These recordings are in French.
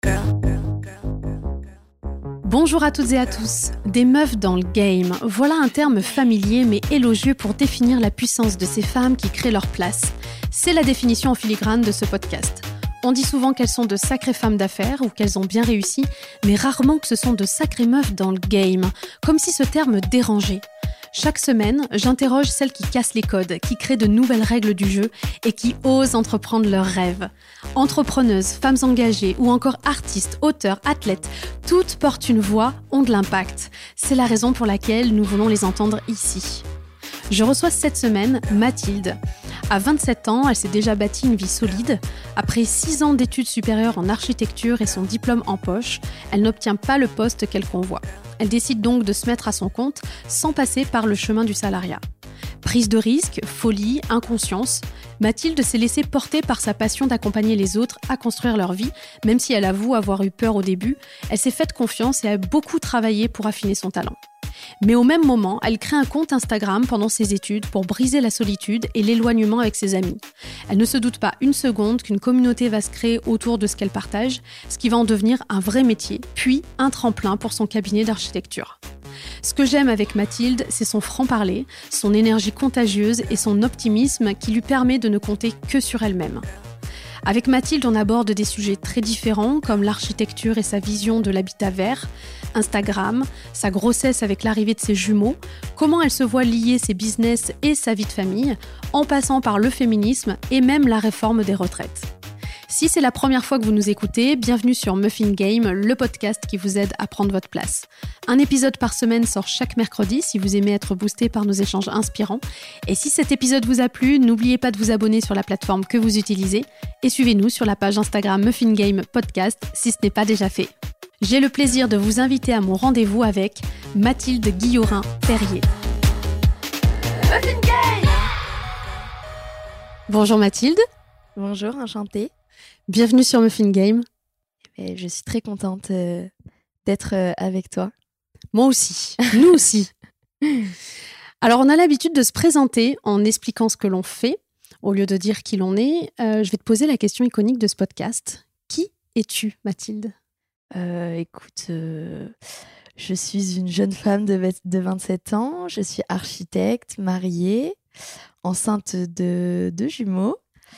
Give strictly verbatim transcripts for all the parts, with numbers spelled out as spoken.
Bonjour à toutes et à tous. Des meufs dans le game, voilà un terme familier mais élogieux pour définir la puissance de ces femmes qui créent leur place. C'est la définition en filigrane de ce podcast. On dit souvent qu'elles sont de sacrées femmes d'affaires ou qu'elles ont bien réussi, mais rarement que ce sont de sacrées meufs dans le game, comme si ce terme dérangeait. Chaque semaine, j'interroge celles qui cassent les codes, qui créent de nouvelles règles du jeu et qui osent entreprendre leurs rêves. Entrepreneuses, femmes engagées ou encore artistes, auteurs, athlètes, toutes portent une voix, ont de l'impact. C'est la raison pour laquelle nous voulons les entendre ici. Je reçois cette semaine Mathilde. À vingt-sept ans, elle s'est déjà bâti une vie solide. Après six ans d'études supérieures en architecture et son diplôme en poche, elle n'obtient pas le poste qu'elle convoit. Elle décide donc de se mettre à son compte sans passer par le chemin du salariat. Prise de risque, folie, inconscience, Mathilde s'est laissée porter par sa passion d'accompagner les autres à construire leur vie, même si elle avoue avoir eu peur au début, elle s'est faite confiance et a beaucoup travaillé pour affiner son talent. Mais au même moment, elle crée un compte Instagram pendant ses études pour briser la solitude et l'éloignement avec ses amis. Elle ne se doute pas une seconde qu'une communauté va se créer autour de ce qu'elle partage, ce qui va en devenir un vrai métier, puis un tremplin pour son cabinet d'architecture. Ce que j'aime avec Mathilde, c'est son franc-parler, son énergie contagieuse et son optimisme qui lui permet de ne compter que sur elle-même. Avec Mathilde, on aborde des sujets très différents comme l'architecture et sa vision de l'habitat vert, Instagram, sa grossesse avec l'arrivée de ses jumeaux, comment elle se voit lier ses business et sa vie de famille, en passant par le féminisme et même la réforme des retraites. Si c'est la première fois que vous nous écoutez, bienvenue sur Muffin Game, le podcast qui vous aide à prendre votre place. Un épisode par semaine sort chaque mercredi si vous aimez être boosté par nos échanges inspirants. Et si cet épisode vous a plu, n'oubliez pas de vous abonner sur la plateforme que vous utilisez et suivez-nous sur la page Instagram Muffin Game Podcast si ce n'est pas déjà fait. J'ai le plaisir de vous inviter à mon rendez-vous avec Mathilde Guillorin-Perrier. Muffin Game! Bonjour Mathilde. Bonjour, enchantée. Bienvenue sur Muffin Game. Et je suis très contente euh, d'être euh, avec toi. Moi aussi, nous aussi. Alors, on a l'habitude de se présenter en expliquant ce que l'on fait, au lieu de dire qui l'on est. Euh, je vais te poser la question iconique de ce podcast. Qui es-tu, Mathilde ? euh, Écoute, euh, je suis une jeune femme de, de vingt-sept ans. Je suis architecte, mariée, enceinte de deux jumeaux.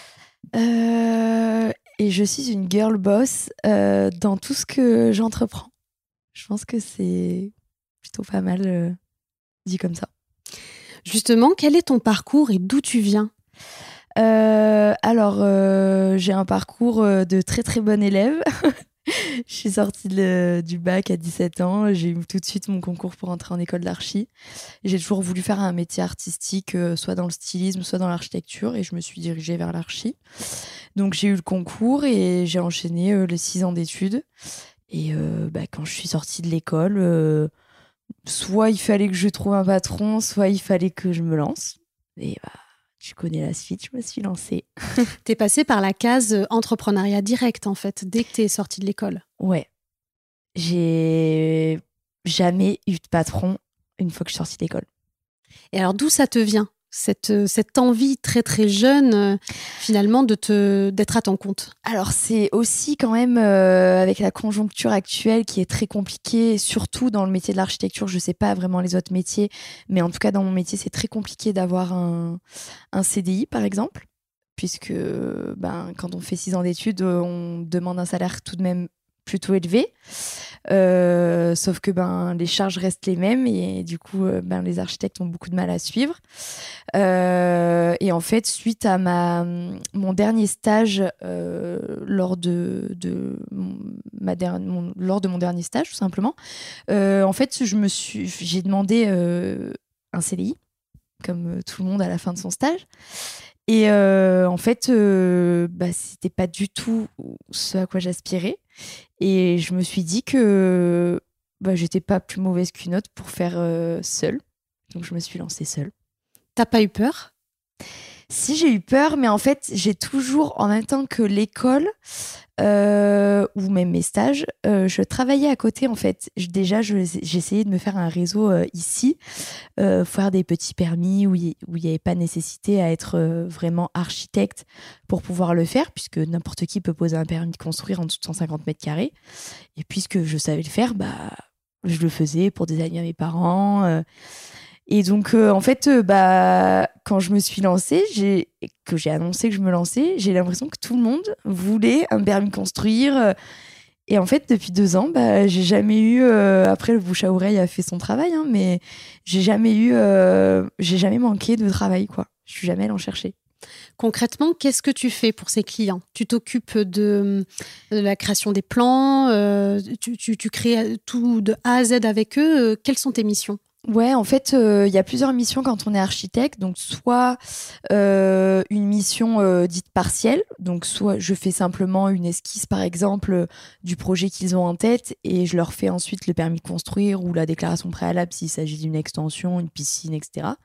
Euh, et je suis une girl boss euh, dans tout ce que j'entreprends. Je pense que c'est plutôt pas mal euh, dit comme ça. Justement, quel est ton parcours et d'où tu viens ? euh, Alors, euh, j'ai un parcours de très très bonne élève. Je suis sortie de, du bac à dix-sept ans. J'ai eu tout de suite mon concours pour entrer en école d'archi. J'ai toujours voulu faire un métier artistique, euh, soit dans le stylisme, soit dans l'architecture. Et je me suis dirigée vers l'archi. Donc, j'ai eu le concours et j'ai enchaîné euh, les six ans d'études. Et euh, bah, quand je suis sortie de l'école, euh, soit il fallait que je trouve un patron, soit il fallait que je me lance. Et bah, tu connais la suite, je me suis lancée. T'es passée par la case entrepreneuriat direct, en fait, dès que t'es sortie de l'école. Ouais. J'ai jamais eu de patron une fois que je suis sortie d'école. Et alors, d'où ça te vient, cette, cette envie très très jeune, euh, finalement, de te, d'être à ton compte ? Alors, c'est aussi quand même euh, avec la conjoncture actuelle qui est très compliquée, surtout dans le métier de l'architecture. Je sais pas vraiment les autres métiers, mais en tout cas, dans mon métier, c'est très compliqué d'avoir un, un C D I, par exemple, puisque ben, quand on fait six ans d'études, on demande un salaire tout de même plutôt élevé. Euh, sauf que ben, les charges restent les mêmes et du coup, euh, ben, les architectes ont beaucoup de mal à suivre. Euh, et en fait, suite à ma, mon dernier stage, euh, lors, de, de ma der- mon, lors de mon dernier stage, tout simplement, euh, en fait, je me suis, j'ai demandé euh, un C D I, comme tout le monde à la fin de son stage. Et euh, en fait, euh, bah, c'était pas du tout ce à quoi j'aspirais. Et je me suis dit que bah, j'étais pas plus mauvaise qu'une autre pour faire euh, seule. Donc je me suis lancée seule. T'as pas eu peur ? Si, j'ai eu peur, mais en fait, j'ai toujours, en même temps que l'école, euh, ou même mes stages, euh, je travaillais à côté, en fait. Je- déjà, je- j'essayais de me faire un réseau euh, ici, euh, faire des petits permis où il n'y avait pas nécessité à être euh, vraiment architecte pour pouvoir le faire, puisque n'importe qui peut poser un permis de construire en dessous de cent cinquante mètres carrés. Et puisque je savais le faire, bah, je le faisais pour des amis à mes parents. euh, Et donc, euh, en fait, euh, bah, quand je me suis lancée, j'ai, que j'ai annoncé que je me lançais, j'ai l'impression que tout le monde voulait un permis de construire. euh, Et en fait, depuis deux ans, bah, j'ai jamais eu. euh, Après, le bouche à oreille a fait son travail, hein, mais j'ai jamais eu. euh, J'ai jamais manqué de travail, quoi. Je suis jamais allée en chercher. Concrètement, qu'est-ce que tu fais pour ces clients? Tu t'occupes de, de la création des plans, euh, tu, tu, tu crées tout de A à Z avec eux. Quelles sont tes missions? Ouais, en fait, euh, il y a plusieurs missions quand on est architecte. Donc, soit euh, une mission euh, dite partielle. Donc, soit je fais simplement une esquisse, par exemple, euh, du projet qu'ils ont en tête et je leur fais ensuite le permis de construire ou la déclaration préalable s'il s'agit d'une extension, une piscine, et cetera.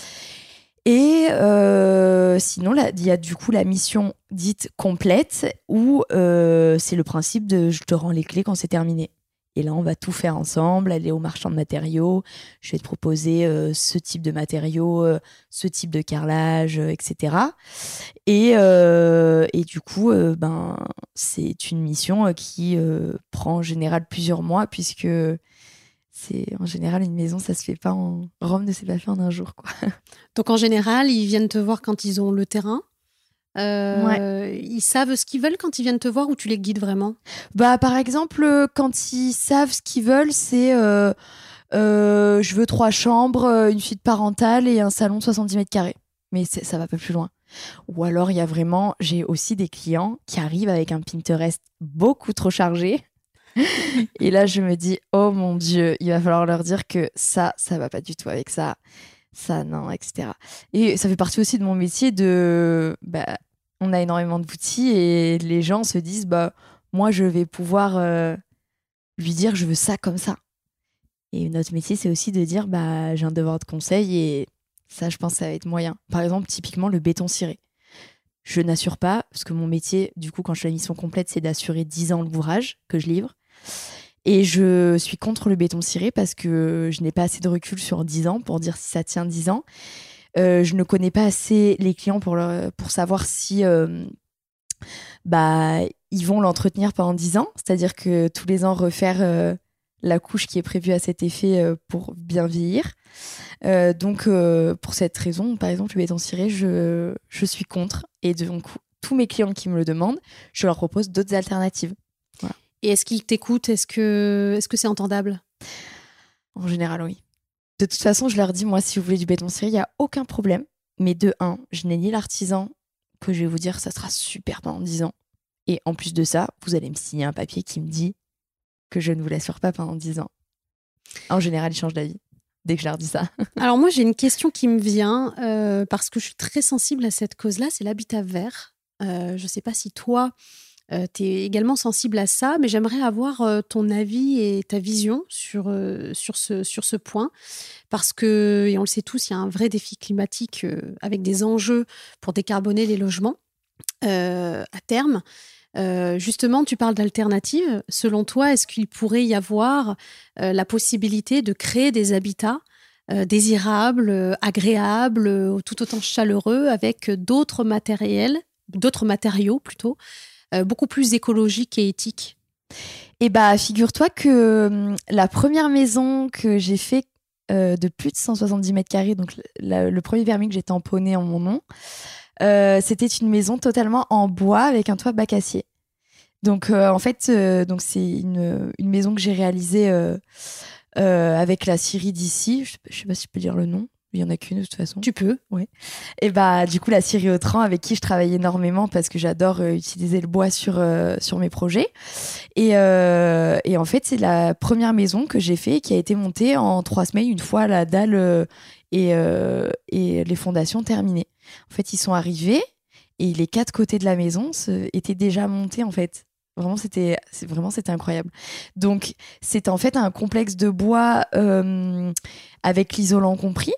Et euh, sinon, là, il y a du coup la mission dite complète où euh, c'est le principe de je te rends les clés quand c'est terminé. Et là, on va tout faire ensemble, aller au marchand de matériaux. Je vais te proposer euh, ce type de matériaux, euh, ce type de carrelage, euh, et cetera. Et, euh, et du coup, euh, ben, c'est une mission euh, qui euh, prend en général plusieurs mois, puisque c'est en général une maison, ça se fait pas en... Rome ne s'est pas fait en un jour, quoi. Donc en général, ils viennent te voir quand ils ont le terrain. Ouais. Euh, ils savent ce qu'ils veulent quand ils viennent te voir ou tu les guides vraiment? Bah, par exemple, euh, quand ils savent ce qu'ils veulent, c'est euh, euh, je veux trois chambres, euh, une suite parentale et un salon de soixante-dix mètres carrés. Mais c'est- ça va pas plus loin. Ou alors, il y a vraiment, j'ai aussi des clients qui arrivent avec un Pinterest beaucoup trop chargé. Et là, je me dis, oh mon Dieu, il va falloir leur dire que ça, ça va pas du tout avec ça. Ça, non, et cetera. Et ça fait partie aussi de mon métier de... Bah, on a énormément de boutiques et les gens se disent, bah, moi, je vais pouvoir euh, lui dire, je veux ça comme ça. Et notre métier, c'est aussi de dire, bah, j'ai un devoir de conseil et ça, je pense, ça va être moyen. Par exemple, typiquement, le béton ciré. Je n'assure pas, parce que mon métier, du coup, quand je fais la mission complète, c'est d'assurer dix ans l'ouvrage que je livre. Et je suis contre le béton ciré parce que je n'ai pas assez de recul sur dix ans pour dire si ça tient dix ans. Euh, je ne connais pas assez les clients pour, leur- pour savoir si euh, bah, ils vont l'entretenir pendant dix ans. C'est-à-dire que tous les ans, refaire euh, la couche qui est prévue à cet effet euh, pour bien vieillir. Euh, donc, euh, pour cette raison, par exemple, le béton ciré, je, je suis contre. Et donc, tous mes clients qui me le demandent, je leur propose d'autres alternatives. Voilà. Et est-ce qu'ils t'écoutent? Est-ce que est-ce que c'est entendable? En général, oui. De toute façon, je leur dis, moi, si vous voulez du béton ciré, il n'y a aucun problème. Mais de un, je n'ai ni l'artisan que je vais vous dire ça sera super pendant dix ans. Et en plus de ça, vous allez me signer un papier qui me dit que je ne vous l'assure pas pendant dix ans. En général, ils changent d'avis dès que je leur dis ça. Alors moi, j'ai une question qui me vient euh, parce que je suis très sensible à cette cause-là, c'est l'habitat vert. Euh, je ne sais pas si toi, euh, tu es également sensible à ça, mais j'aimerais avoir euh, ton avis et ta vision sur, euh, sur, ce, sur ce point. Parce que, et on le sait tous, il y a un vrai défi climatique euh, avec des enjeux pour décarboner les logements euh, à terme. Euh, justement, tu parles d'alternatives. Selon toi, est-ce qu'il pourrait y avoir euh, la possibilité de créer des habitats euh, désirables, euh, agréables, euh, tout autant chaleureux, avec d'autres matériels, d'autres matériaux plutôt, euh, beaucoup plus écologiques et éthiques? Et bah, figure-toi que hum, la première maison que j'ai fait euh, de plus de cent soixante-dix mètres carrés, donc la- le premier permis que j'ai tamponné en mon nom, euh, c'était une maison totalement en bois avec un toit bac acier. Donc, euh, en fait, euh, donc c'est une, une maison que j'ai réalisée euh, euh, avec la scierie d'ici. Je, je sais pas si je peux dire le nom. Il y en a qu'une de toute façon. Tu peux. Ouais. Et bah, du coup, la scierie Autran avec qui je travaille énormément parce que j'adore euh, utiliser le bois sur, euh, sur mes projets. Et, euh, et en fait, c'est la première maison que j'ai fait qui a été montée en trois semaines, une fois la dalle euh, et, euh, et les fondations terminées. En fait, ils sont arrivés et les quatre côtés de la maison se- étaient déjà montés, en fait. Vraiment, c'était c'est- vraiment, c'était incroyable. Donc, c'est en fait un complexe de bois euh, avec l'isolant compris.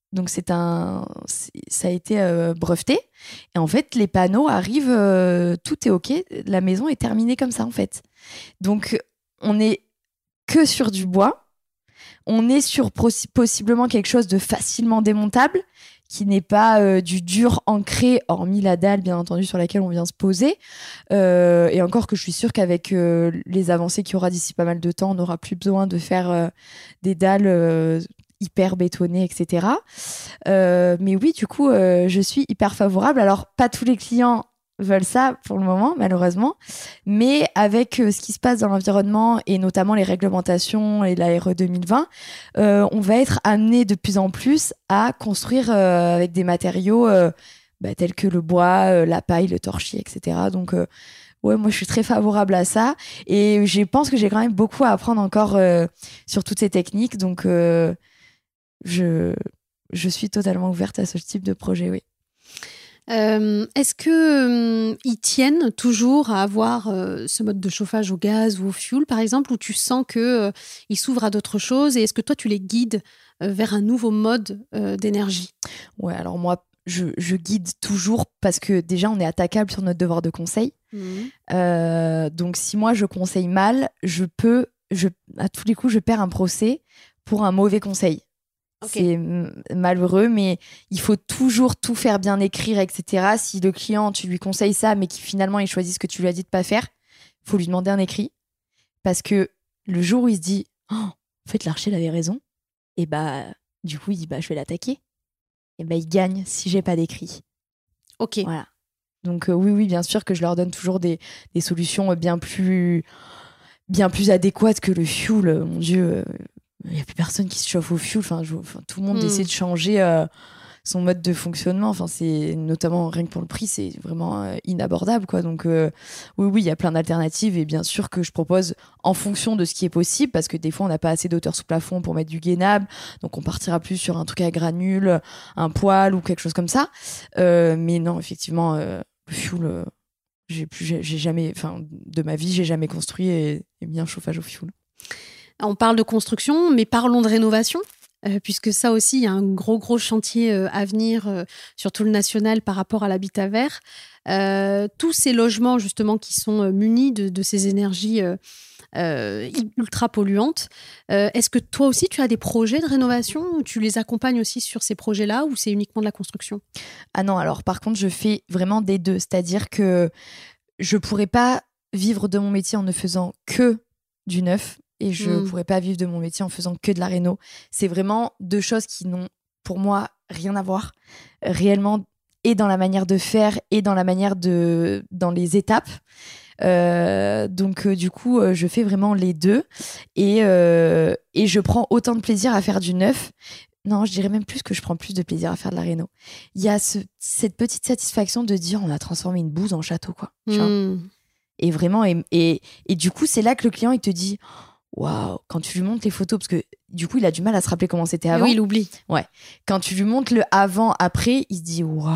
Donc c'est un, c'est, ça a été euh, breveté. Et en fait, les panneaux arrivent, euh, tout est OK. La maison est terminée comme ça, en fait. Donc, on est que sur du bois. On est sur possi- possiblement quelque chose de facilement démontable, qui n'est pas euh, du dur ancré, hormis la dalle, bien entendu, sur laquelle on vient se poser. Euh, et encore que je suis sûre qu'avec euh, les avancées qu'il y aura d'ici pas mal de temps, on n'aura plus besoin de faire euh, des dalles euh, hyper bétonnées, et cetera. Euh, mais oui, du coup, euh, je suis hyper favorable. Alors, pas tous les clients veulent ça pour le moment, malheureusement. Mais avec euh, ce qui se passe dans l'environnement et notamment les réglementations et la R E deux mille vingt, euh, on va être amené de plus en plus à construire euh, avec des matériaux euh, bah, tels que le bois, euh, la paille, le torchis, et cetera. Donc, euh, ouais, moi, je suis très favorable à ça. Et je pense que j'ai quand même beaucoup à apprendre encore euh, sur toutes ces techniques. Donc, euh, je, je suis totalement ouverte à ce type de projet, oui. Euh, est-ce que euh, ils tiennent toujours à avoir euh, ce mode de chauffage au gaz ou au fioul, par exemple, où tu sens que euh, ils s'ouvrent à d'autres choses, et est-ce que toi tu les guides euh, vers un nouveau mode euh, d'énergie? Ouais, alors moi, je, je guide toujours parce que déjà, on est attaquable sur notre devoir de conseil. Mmh. Euh, donc, si moi, je conseille mal, je peux, je, à tous les coups, je perds un procès pour un mauvais conseil. Okay. C'est m- malheureux, mais il faut toujours tout faire bien écrire, et cetera. Si le client, tu lui conseilles ça, mais qui finalement, il choisit ce que tu lui as dit de pas faire, il faut lui demander un écrit. Parce que le jour où il se dit oh, en fait, l'archer, il avait raison, et bah, du coup, il dit bah, je vais l'attaquer. Et bah, il gagne si j'ai pas d'écrit. Ok. Voilà. Donc, euh, oui, oui, bien sûr que je leur donne toujours des, des solutions bien plus, bien plus adéquates que le fioul. Mon Dieu. Il n'y a plus personne qui se chauffe au fioul. Enfin, je, enfin, tout le monde Mm. essaie de changer euh, son mode de fonctionnement. Enfin, c'est notamment rien que pour le prix, c'est vraiment euh, inabordable, quoi. Donc, euh, oui, oui, il y a plein d'alternatives et bien sûr que je propose en fonction de ce qui est possible, parce que des fois, on n'a pas assez d'hauteur sous plafond pour mettre du gainable, donc on partira plus sur un truc à granules, un poêle ou quelque chose comme ça. Euh, mais non, effectivement, euh, le fioul. Euh, j'ai plus, j'ai, j'ai jamais, enfin, de ma vie, j'ai jamais construit et, et mis un chauffage au fioul. On parle de construction, mais parlons de rénovation, euh, puisque ça aussi, il y a un gros, gros chantier euh, à venir euh, sur tout le national par rapport à l'habitat vert. Euh, tous ces logements, justement, qui sont euh, munis de, de ces énergies euh, euh, ultra polluantes. Euh, est-ce que toi aussi, tu as des projets de rénovation, ou tu les accompagnes aussi sur ces projets-là, ou c'est uniquement de la construction? Ah non, alors par contre, je fais vraiment des deux. C'est-à-dire que je pourrais pas vivre de mon métier en ne faisant que du neuf. Et je ne Mm. pourrais pas vivre de mon métier en faisant que de la réno. C'est vraiment deux choses qui n'ont, pour moi, rien à voir. Réellement, et dans la manière de faire, et dans la manière de... dans les étapes. Euh, donc, euh, du coup, euh, je fais vraiment les deux. Et, euh, et je prends autant de plaisir à faire du neuf. Non, je dirais même plus que je prends plus de plaisir à faire de la réno. Il y a ce, cette petite satisfaction de dire on a transformé une bouse en château, quoi. Tu vois. Mm. Et vraiment, et, et, et du coup, c'est là que le client, il te dit waouh, quand tu lui montres les photos, parce que du coup, il a du mal à se rappeler comment c'était avant. Oui, il oublie. Ouais. Quand tu lui montres le avant, après, il se dit waouh.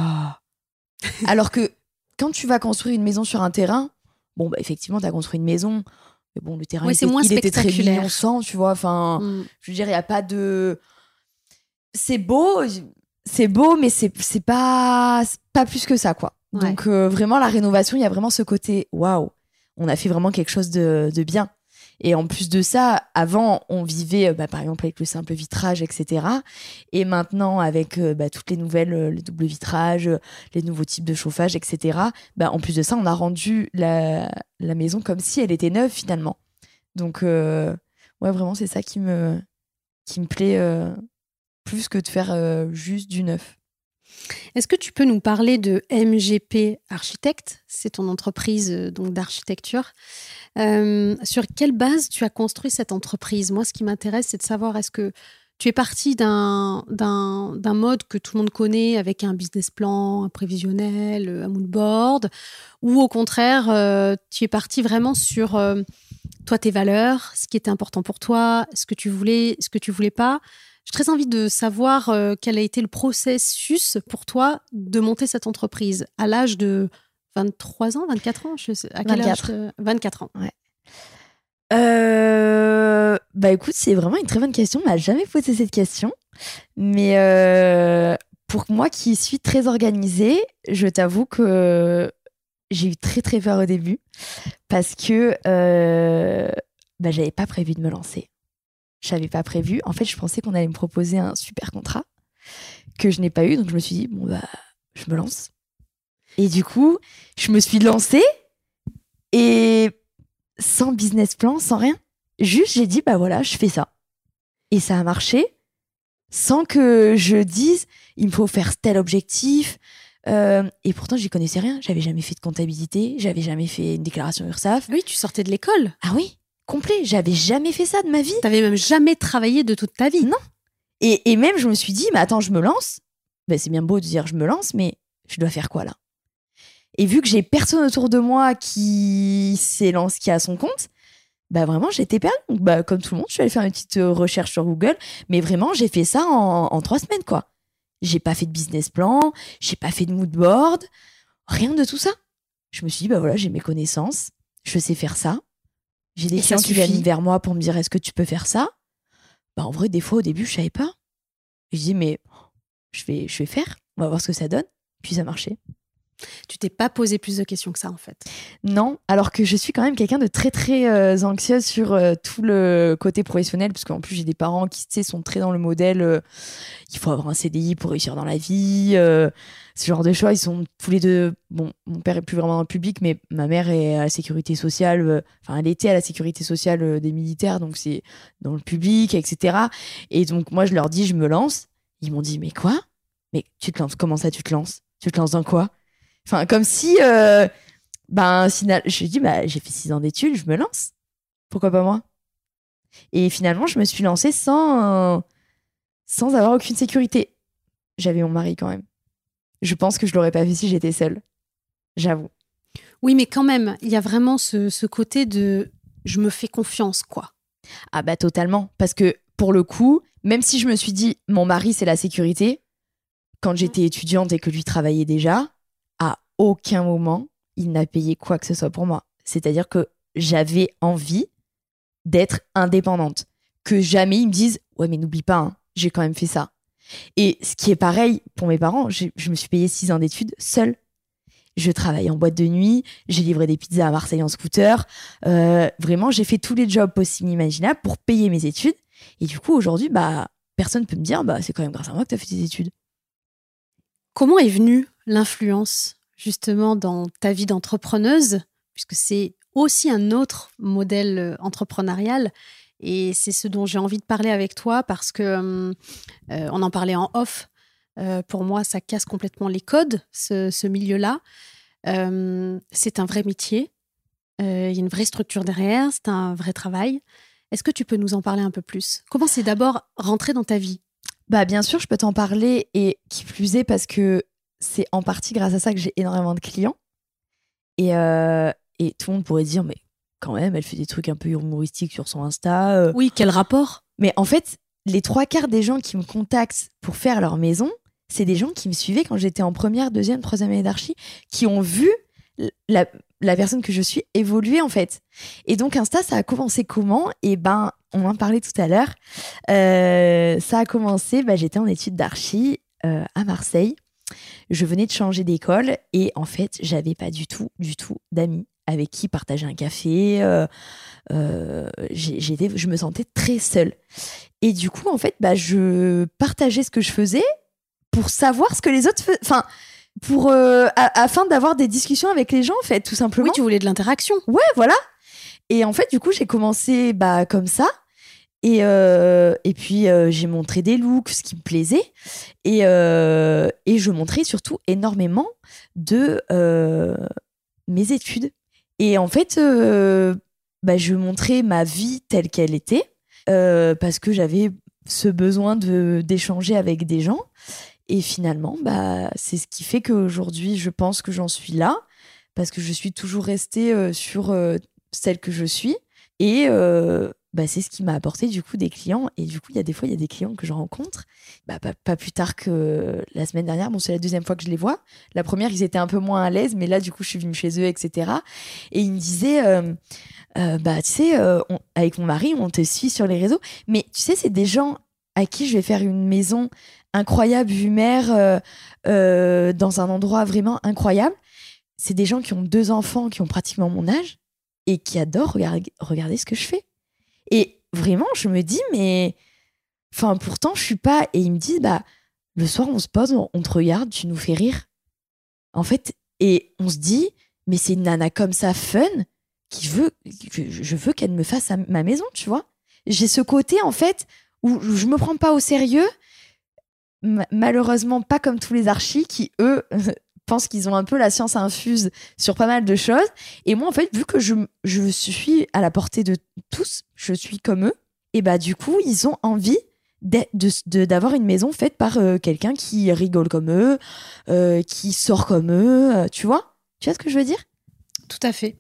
Alors que quand tu vas construire une maison sur un terrain, bon, bah, effectivement, tu as construit une maison, mais bon, le terrain, Ouais, il, c'est était, moins il était très spectaculaire. mignon sans, tu vois. Enfin, Mm. je veux dire, il n'y a pas de. C'est beau, c'est beau, mais c'est, c'est pas, c'est pas plus que ça, quoi. Ouais. Donc, euh, vraiment, la rénovation, il y a vraiment ce côté waouh, on a fait vraiment quelque chose de, de bien. Et en plus de ça, avant, on vivait, bah, par exemple, avec le simple vitrage, et cetera. Et maintenant, avec euh, bah, toutes les nouvelles, euh, le double vitrage, euh, les nouveaux types de chauffage, et cetera. Bah, en plus de ça, on a rendu la, la maison comme si elle était neuve, finalement. Donc, euh, ouais, vraiment, c'est ça qui me, qui me plaît euh, plus que de faire euh, juste du neuf. Est-ce que tu peux nous parler de M G P Architecte? C'est ton entreprise euh, donc d'architecture. Euh, sur quelle base tu as construit cette entreprise? Moi, ce qui m'intéresse, c'est de savoir, est-ce que tu es parti d'un, d'un, d'un mode que tout le monde connaît avec un business plan, un prévisionnel, un mood board, ou au contraire, euh, tu es parti vraiment sur euh, toi, tes valeurs, ce qui était important pour toi, ce que tu voulais, ce que tu voulais pas. J'ai très envie de savoir euh, quel a été le processus pour toi de monter cette entreprise à l'âge de vingt-trois ans, vingt-quatre ans, je sais, à quel vingt-quatre. âge de... vingt-quatre ans. Ouais. Euh... Bah écoute, c'est vraiment une très bonne question. On m'a jamais posé cette question. Mais euh, pour moi qui suis très organisée, je t'avoue que j'ai eu très très peur au début parce que euh, bah, j'avais pas prévu de me lancer. J'avais pas prévu. En fait, je pensais qu'on allait me proposer un super contrat que je n'ai pas eu. Donc, je me suis dit, bon, bah, je me lance. Et du coup, je me suis lancée et sans business plan, sans rien. Juste, j'ai dit, bah voilà, je fais ça. Et ça a marché sans que je dise, il me faut faire tel objectif. Euh, et pourtant, j'y connaissais rien. J'avais jamais fait de comptabilité. J'avais jamais fait une déclaration URSSAF. Oui, tu sortais de l'école. Ah oui, complet. J'avais jamais fait ça de ma vie. T'avais même jamais travaillé de toute ta vie. Non. Et, et même, je me suis dit, mais attends, je me lance. Ben, c'est bien beau de dire je me lance, mais je dois faire quoi là? Et vu que j'ai personne autour de moi qui s'élance, qui a son compte, bah vraiment, j'étais perdue. Donc, bah, comme tout le monde, je suis allée faire une petite recherche sur Google. Mais vraiment, j'ai fait ça en, en trois semaines, quoi. J'ai pas fait de business plan, j'ai pas fait de mood board, rien de tout ça. Je me suis dit, bah voilà, j'ai mes connaissances, je sais faire ça. J'ai des clients qui viennent vers moi pour me dire, est-ce que tu peux faire ça? Bah en vrai, des fois, au début, je savais pas. Je dis, mais je vais, je vais faire, on va voir ce que ça donne. Puis ça marchait. Tu t'es pas posé plus de questions que ça, en fait. Non, alors que je suis quand même quelqu'un de très, très euh, anxieuse sur euh, tout le côté professionnel, parce qu'en plus, j'ai des parents qui, tu sais, sont très dans le modèle euh, il faut avoir un C D I pour réussir dans la vie, euh, ce genre de choses. Ils sont tous les deux... Bon, mon père est plus vraiment dans le public, mais ma mère est à la sécurité sociale, euh, enfin, elle était à la sécurité sociale euh, des militaires, donc c'est dans le public, et cetera. Et donc, moi, je leur dis, je me lance. Ils m'ont dit, mais quoi? Mais tu te lances, comment ça, tu te lances? Tu te lances dans quoi? Enfin, comme si, euh, ben, final... je dis, bah, j'ai fait six ans d'études, je me lance. Pourquoi pas moi? Et finalement, je me suis lancée sans, euh, sans avoir aucune sécurité. J'avais mon mari quand même. Je pense que je l'aurais pas fait si j'étais seule. J'avoue. Oui, mais quand même, il y a vraiment ce, ce côté de je me fais confiance, quoi. Ah bah totalement. Parce que pour le coup, même si je me suis dit, mon mari, c'est la sécurité, quand j'étais étudiante et que lui travaillait déjà, à aucun moment, il n'a payé quoi que ce soit pour moi. C'est-à-dire que j'avais envie d'être indépendante. Que jamais ils me disent « Ouais, mais n'oublie pas, hein, j'ai quand même fait ça. » Et ce qui est pareil pour mes parents, je, je me suis payée six ans d'études seule. Je travaillais en boîte de nuit, j'ai livré des pizzas à Marseille en scooter. Euh, vraiment, j'ai fait tous les jobs possibles imaginables pour payer mes études. Et du coup, aujourd'hui, bah, personne ne peut me dire bah, « C'est quand même grâce à moi que tu as fait tes études. » Comment est venue l'influence, justement, dans ta vie d'entrepreneuse, puisque c'est aussi un autre modèle entrepreneurial, et c'est ce dont j'ai envie de parler avec toi, parce que euh, on en parlait en off. Euh, pour moi, ça casse complètement les codes, ce, ce milieu-là. Euh, c'est un vrai métier. Euh, il y a une vraie structure derrière. C'est un vrai travail. Est-ce que tu peux nous en parler un peu plus? Comment c'est d'abord rentré dans ta vie? Bah bien sûr, je peux t'en parler, et qui plus est parce que c'est en partie grâce à ça que j'ai énormément de clients. Et, euh, et tout le monde pourrait dire, mais quand même, elle fait des trucs un peu humoristiques sur son Insta. Euh. Oui, quel rapport? Mais en fait, les trois quarts des gens qui me contactent pour faire leur maison, c'est des gens qui me suivaient quand j'étais en première, deuxième, troisième année d'archi, qui ont vu la, la personne que je suis évoluer en fait. Et donc Insta, ça a commencé comment? Et ben, on en parlait tout à l'heure. Euh, ça a commencé, bah, j'étais en études d'archi euh, à Marseille. Je venais de changer d'école et en fait, j'avais pas du tout, du tout d'amis avec qui partager un café. Euh, euh, j'ai, j'étais, je me sentais très seule. Et du coup, en fait, bah, je partageais ce que je faisais pour savoir ce que les autres faisaient. Enfin, pour, euh, a, afin d'avoir des discussions avec les gens, en fait, tout simplement. Oui, tu voulais de l'interaction. Ouais, voilà. Et en fait, du coup, j'ai commencé bah, comme ça. Et, euh, et puis, euh, j'ai montré des looks, ce qui me plaisait. Et, euh, et je montrais surtout énormément de euh, mes études. Et en fait, euh, bah, je montrais ma vie telle qu'elle était euh, parce que j'avais ce besoin de, d'échanger avec des gens. Et finalement, bah, c'est ce qui fait qu'aujourd'hui, je pense que j'en suis là parce que je suis toujours restée euh, sur euh, celle que je suis. Et euh, bah, c'est ce qui m'a apporté du coup des clients. Et du coup, il y a des fois, il y a des clients que je rencontre. Bah, pas, pas plus tard que la semaine dernière. Bon, c'est la deuxième fois que je les vois. La première, ils étaient un peu moins à l'aise. Mais là, du coup, je suis venue chez eux, et cetera. Et ils me disaient, euh, euh, bah, tu sais, euh, on, avec mon mari, on te suit sur les réseaux. Mais tu sais, c'est des gens à qui je vais faire une maison incroyable, vue mer, euh, euh, dans un endroit vraiment incroyable. C'est des gens qui ont deux enfants, qui ont pratiquement mon âge et qui adorent regarder, regarder ce que je fais. Et vraiment, je me dis, mais... Enfin, pourtant, je suis pas... Et ils me disent, bah, le soir, on se pose, on, on te regarde, tu nous fais rire. En fait, et on se dit, mais c'est une nana comme ça, fun, qui veut... Je, je veux qu'elle me fasse à ma maison, tu vois. J'ai ce côté, en fait, où je me prends pas au sérieux. M- malheureusement, pas comme tous les archis qui, eux... pensent qu'ils ont un peu la science infuse sur pas mal de choses. Et moi, en fait, vu que je, je suis à la portée de tous, je suis comme eux, et bah du coup, ils ont envie de, de, de- d'avoir une maison faite par euh, quelqu'un qui rigole comme eux, euh, qui sort comme eux, euh, tu vois? Tu vois ce que je veux dire? Tout à fait.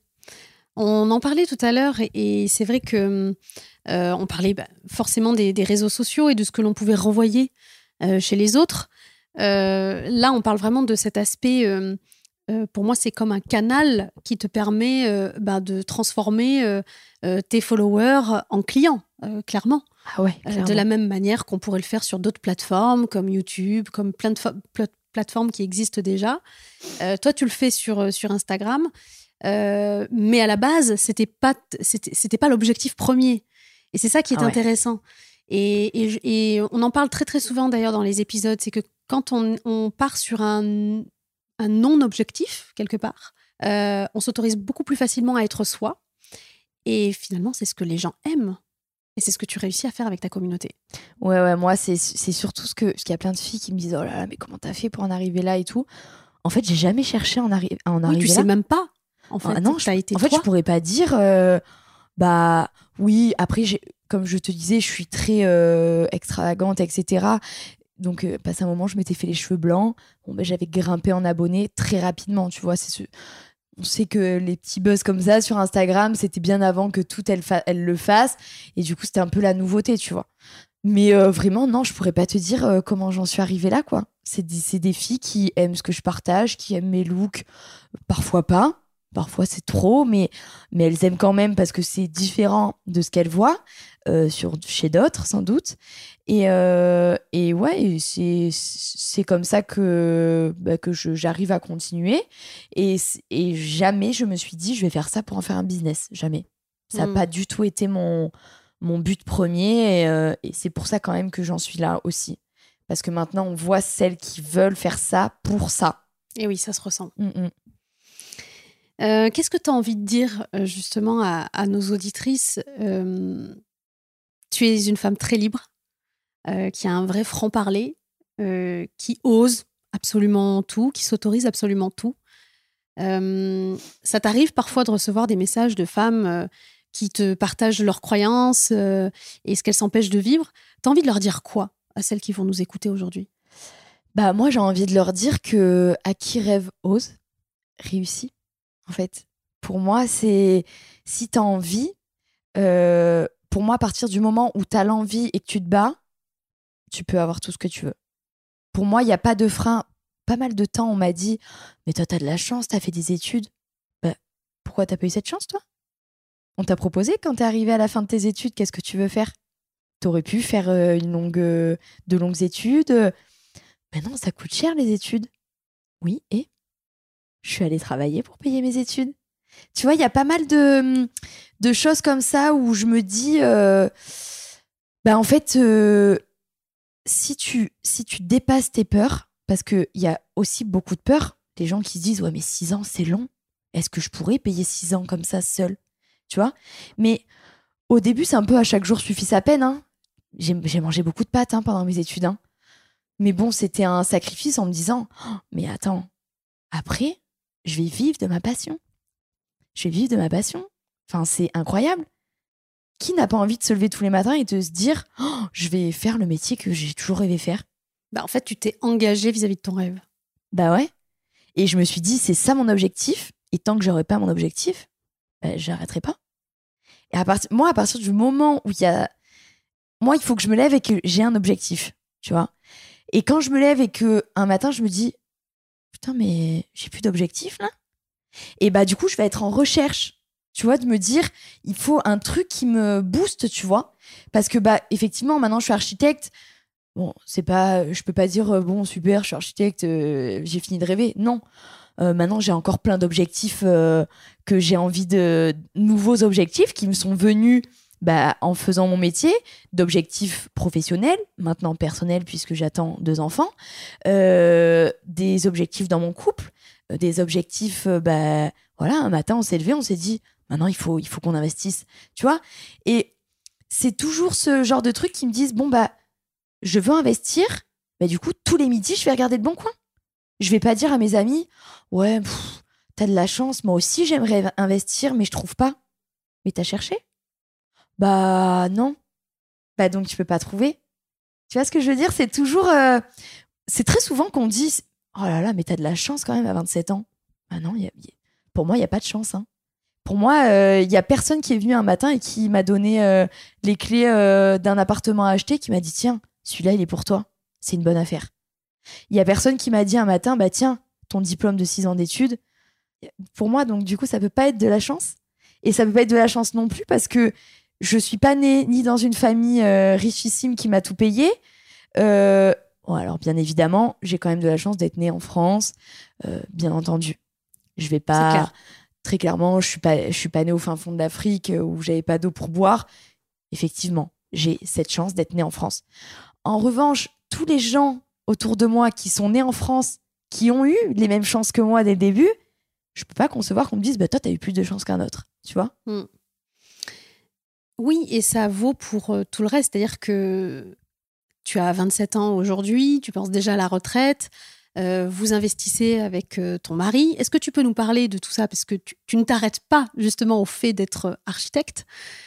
On en parlait tout à l'heure et, et c'est vrai que euh, on parlait bah, forcément des, des réseaux sociaux et de ce que l'on pouvait renvoyer euh, chez les autres. Euh, là, on parle vraiment de cet aspect. Euh, euh, pour moi, c'est comme un canal qui te permet euh, bah, de transformer euh, euh, tes followers en clients, euh, clairement. Ah ouais, Euh, de clairement. la même manière qu'on pourrait le faire sur d'autres plateformes comme YouTube, comme plein de fo- pla- plateformes qui existent déjà. Euh, toi, tu le fais sur, euh, sur Instagram. Euh, mais à la base, c'était pas, t- c'était, c'était pas l'objectif premier. Et c'est ça qui est Ah ouais. intéressant. Et, et, je- et on en parle très très souvent d'ailleurs dans les épisodes, c'est que quand on, on part sur un, un non-objectif, quelque part, euh, on s'autorise beaucoup plus facilement à être soi. Et finalement, c'est ce que les gens aiment. Et c'est ce que tu réussis à faire avec ta communauté. Ouais, ouais, moi, c'est, c'est surtout ce que... Parce qu'il y a plein de filles qui me disent, oh là là, mais comment t'as fait pour en arriver là et tout. En fait, j'ai jamais cherché à en, arri- à en Oui, tu arriver sais là. même pas, en Ah fait. non, je, T'as été en fait, je toi. pourrais pas dire... euh, Bah oui, après, j'ai, comme je te disais, je suis très euh, extravagante, et cetera. Donc, euh, passé un moment, je m'étais fait les cheveux blancs. Bon, bah, j'avais grimpé en abonnés très rapidement, tu vois. C'est ce... On sait que les petits buzz comme ça sur Instagram, c'était bien avant que tout elle, fa- elle le fasse. Et du coup, c'était un peu la nouveauté, tu vois. Mais euh, vraiment, non, je pourrais pas te dire euh, comment j'en suis arrivée là, quoi. C'est des, c'est des filles qui aiment ce que je partage, qui aiment mes looks. Parfois pas. Parfois c'est trop, mais, mais elles aiment quand même parce que c'est différent de ce qu'elles voient euh, sur, chez d'autres, sans doute. Et, euh, et ouais, et c'est, c'est comme ça que, bah, que je- j'arrive à continuer. Et, c- et jamais je me suis dit, je vais faire ça pour en faire un business. Jamais. Ça n'a Mm. pas du tout été mon, mon but premier. Et, euh, et c'est pour ça quand même que j'en suis là aussi. Parce que maintenant, on voit celles qui veulent faire ça pour ça. Et oui, ça se ressent. Mm, mm. Euh, qu'est-ce que tu as envie de dire euh, justement à, à nos auditrices? Euh, Tu es une femme très libre, euh, qui a un vrai franc-parler, euh, qui ose absolument tout, qui s'autorise absolument tout. Euh, ça t'arrive parfois de recevoir des messages de femmes euh, qui te partagent leurs croyances euh, et ce qu'elles s'empêchent de vivre. T'as envie de leur dire quoi à celles qui vont nous écouter aujourd'hui? Bah, moi, j'ai envie de leur dire que à qui rêve ose, réussit, en fait. Pour moi, c'est si t'as envie, euh, pour moi, à partir du moment où t'as l'envie et que tu te bats, tu peux avoir tout ce que tu veux. Pour moi, il n'y a pas de frein. Pas mal de temps, on m'a dit, mais toi, t'as de la chance, t'as fait des études. Bah, pourquoi t'as pas eu cette chance, toi? On t'a proposé quand t'es arrivé à la fin de tes études, qu'est-ce que tu veux faire? T'aurais pu faire euh, une longue, euh, de longues études. Mais non, ça coûte cher, les études. Oui, et je suis allée travailler pour payer mes études. Tu vois, il y a pas mal de, de choses comme ça où je me dis, euh, bah en fait, euh, si tu, si tu dépasses tes peurs, parce qu'il y a aussi beaucoup de peurs, des gens qui se disent, ouais, mais six ans, c'est long. Est-ce que je pourrais payer six ans comme ça seule? Tu vois? Mais au début, c'est un peu à chaque jour suffit sa peine. Hein. J'ai, j'ai mangé beaucoup de pâtes hein, pendant mes études. Hein. Mais bon, c'était un sacrifice en me disant, oh, mais attends, après, je vais vivre de ma passion. Je vais vivre de ma passion. Enfin, c'est incroyable. Qui n'a pas envie de se lever tous les matins et de se dire, oh, je vais faire le métier que j'ai toujours rêvé faire? Bah, en fait, tu t'es engagée vis-à-vis de ton rêve. Bah ouais. Et je me suis dit, c'est ça mon objectif. Et tant que j'aurai pas mon objectif, bah, j'arrêterai pas. Et à part... moi, à partir du moment où il y a... Moi, il faut que je me lève et que j'ai un objectif, tu vois. Et quand je me lève et que un matin, je me dis, putain, mais j'ai plus d'objectif, là. Et bah, du coup, je vais être en recherche Tu vois, de me dire, il faut un truc qui me booste, tu vois. Parce que, bah, effectivement, maintenant, je suis architecte. Bon, c'est pas, je peux pas dire, euh, bon, super, je suis architecte, euh, j'ai fini de rêver. Non. Euh, maintenant, j'ai encore plein d'objectifs euh, que j'ai envie de. Nouveaux objectifs qui me sont venus bah, en faisant mon métier, d'objectifs professionnels, maintenant personnels, puisque j'attends deux enfants, euh, des objectifs dans mon couple, euh, des objectifs. Euh, bah, voilà, un matin, on s'est levé, on s'est dit, maintenant, il faut, il faut qu'on investisse. Tu vois. Et c'est toujours ce genre de trucs qui me disent, bon, bah, je veux investir, bah, du coup, tous les midis, je vais regarder Le Bon Coin. Je vais pas dire à mes amis, ouais, pff, t'as de la chance, moi aussi j'aimerais investir, mais je trouve pas. Mais t'as cherché? Bah non. Bah donc tu peux pas trouver. Tu vois ce que je veux dire? C'est toujours. Euh, c'est très souvent qu'on dit, oh là là, mais t'as de la chance quand même à vingt-sept ans. Bah non, y a, y a- pour moi, il y a pas de chance. Hein. Pour moi, il euh, y a personne qui est venu un matin et qui m'a donné euh, les clés euh, d'un appartement à acheter, qui m'a dit, tiens, celui-là, il est pour toi. C'est une bonne affaire. Il y a personne qui m'a dit un matin, bah tiens, ton diplôme de six ans d'études. Pour moi, donc du coup, ça peut pas être de la chance. Et ça peut pas être de la chance non plus parce que je suis pas née ni dans une famille euh, richissime qui m'a tout payé. Euh, bon, alors bien évidemment, j'ai quand même de la chance d'être née en France, euh, bien entendu. Je vais pas très clairement, je suis pas, je suis pas née au fin fond de l'Afrique euh, où j'avais pas d'eau pour boire. Effectivement, j'ai cette chance d'être née en France. En revanche, tous les gens autour de moi qui sont nés en France, qui ont eu les mêmes chances que moi dès le début, je peux pas concevoir qu'on me dise bah toi t'as eu plus de chance qu'un autre, tu vois. Mm. Oui, et ça vaut pour euh, tout le reste, c'est-à-dire que tu as vingt-sept ans aujourd'hui, tu penses déjà à la retraite, euh, vous investissez avec euh, ton mari. Est-ce que tu peux nous parler de tout ça? Parce que tu, tu ne t'arrêtes pas justement au fait d'être architecte.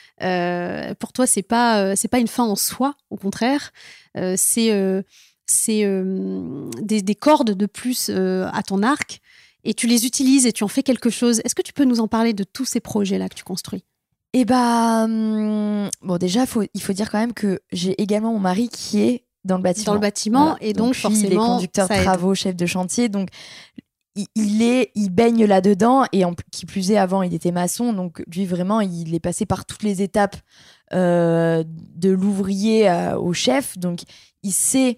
Euh, pour toi, c'est pas, euh, c'est pas une fin en soi, au contraire. Euh, c'est euh, c'est euh, des, des cordes de plus euh, à ton arc et tu les utilises et tu en fais quelque chose. Est-ce que tu peux nous en parler de tous ces projets-là que tu construis? Et bah hum, bon déjà faut, il faut dire quand même que j'ai également mon mari qui est dans le bâtiment. Dans le bâtiment Voilà. et donc, donc lui, forcément il est conducteur de travaux, chef de chantier, donc il, il est, il baigne là-dedans et en, qui plus est avant il était maçon, donc lui vraiment il est passé par toutes les étapes euh, de l'ouvrier à- au chef, donc il sait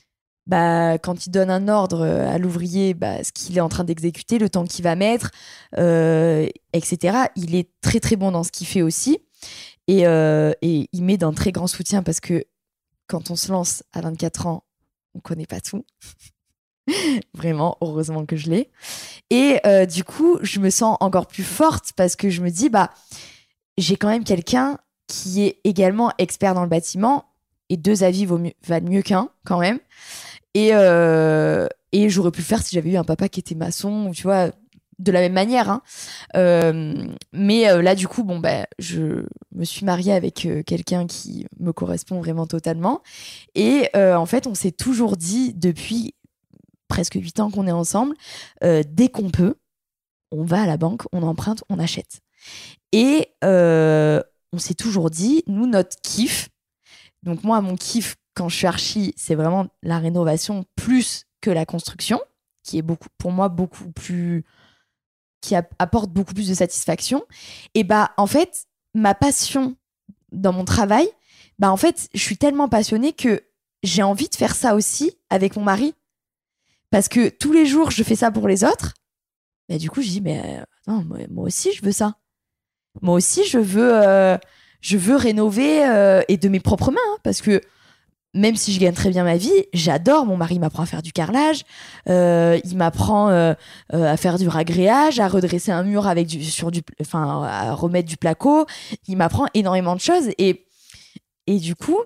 bah, quand il donne un ordre à l'ouvrier, bah, ce qu'il est en train d'exécuter, le temps qu'il va mettre, euh, et cetera. Il est très très bon dans ce qu'il fait aussi. Et, euh, et il met d'un très grand soutien parce que quand on se lance à vingt-quatre ans, on connaît pas tout. Vraiment, heureusement que je l'ai. Et euh, du coup, je me sens encore plus forte parce que je me dis, bah, j'ai quand même quelqu'un qui est également expert dans le bâtiment et deux avis vaut mieux, valent mieux qu'un quand même. Et, euh, et j'aurais pu le faire si j'avais eu un papa qui était maçon, tu vois, de la même manière. Hein. Euh, mais euh, là, du coup, bon, bah, je me suis mariée avec euh, quelqu'un qui me correspond vraiment totalement. Et euh, en fait, on s'est toujours dit, depuis presque huit ans qu'on est ensemble, euh, dès qu'on peut, on va à la banque, on emprunte, on achète. Et euh, on s'est toujours dit, nous, notre kiff, donc moi, mon kiff, quand je suis archi, c'est vraiment la rénovation plus que la construction, qui est beaucoup, pour moi, beaucoup plus, qui a- apporte beaucoup plus de satisfaction. Et bah, en fait, ma passion dans mon travail, bah, en fait, je suis tellement passionnée que j'ai envie de faire ça aussi avec mon mari. Parce que tous les jours, je fais ça pour les autres. Mais du coup, je dis, mais euh, non, moi, moi aussi, je veux ça. Moi aussi, je veux, euh, je veux rénover euh, et de mes propres mains. Hein, parce que même si je gagne très bien ma vie, j'adore. Mon mari m'apprend à faire du carrelage, euh, il m'apprend euh, euh, à faire du ragréage, à redresser un mur avec du, sur du, enfin, à remettre du placo. Il m'apprend énormément de choses et et du coup,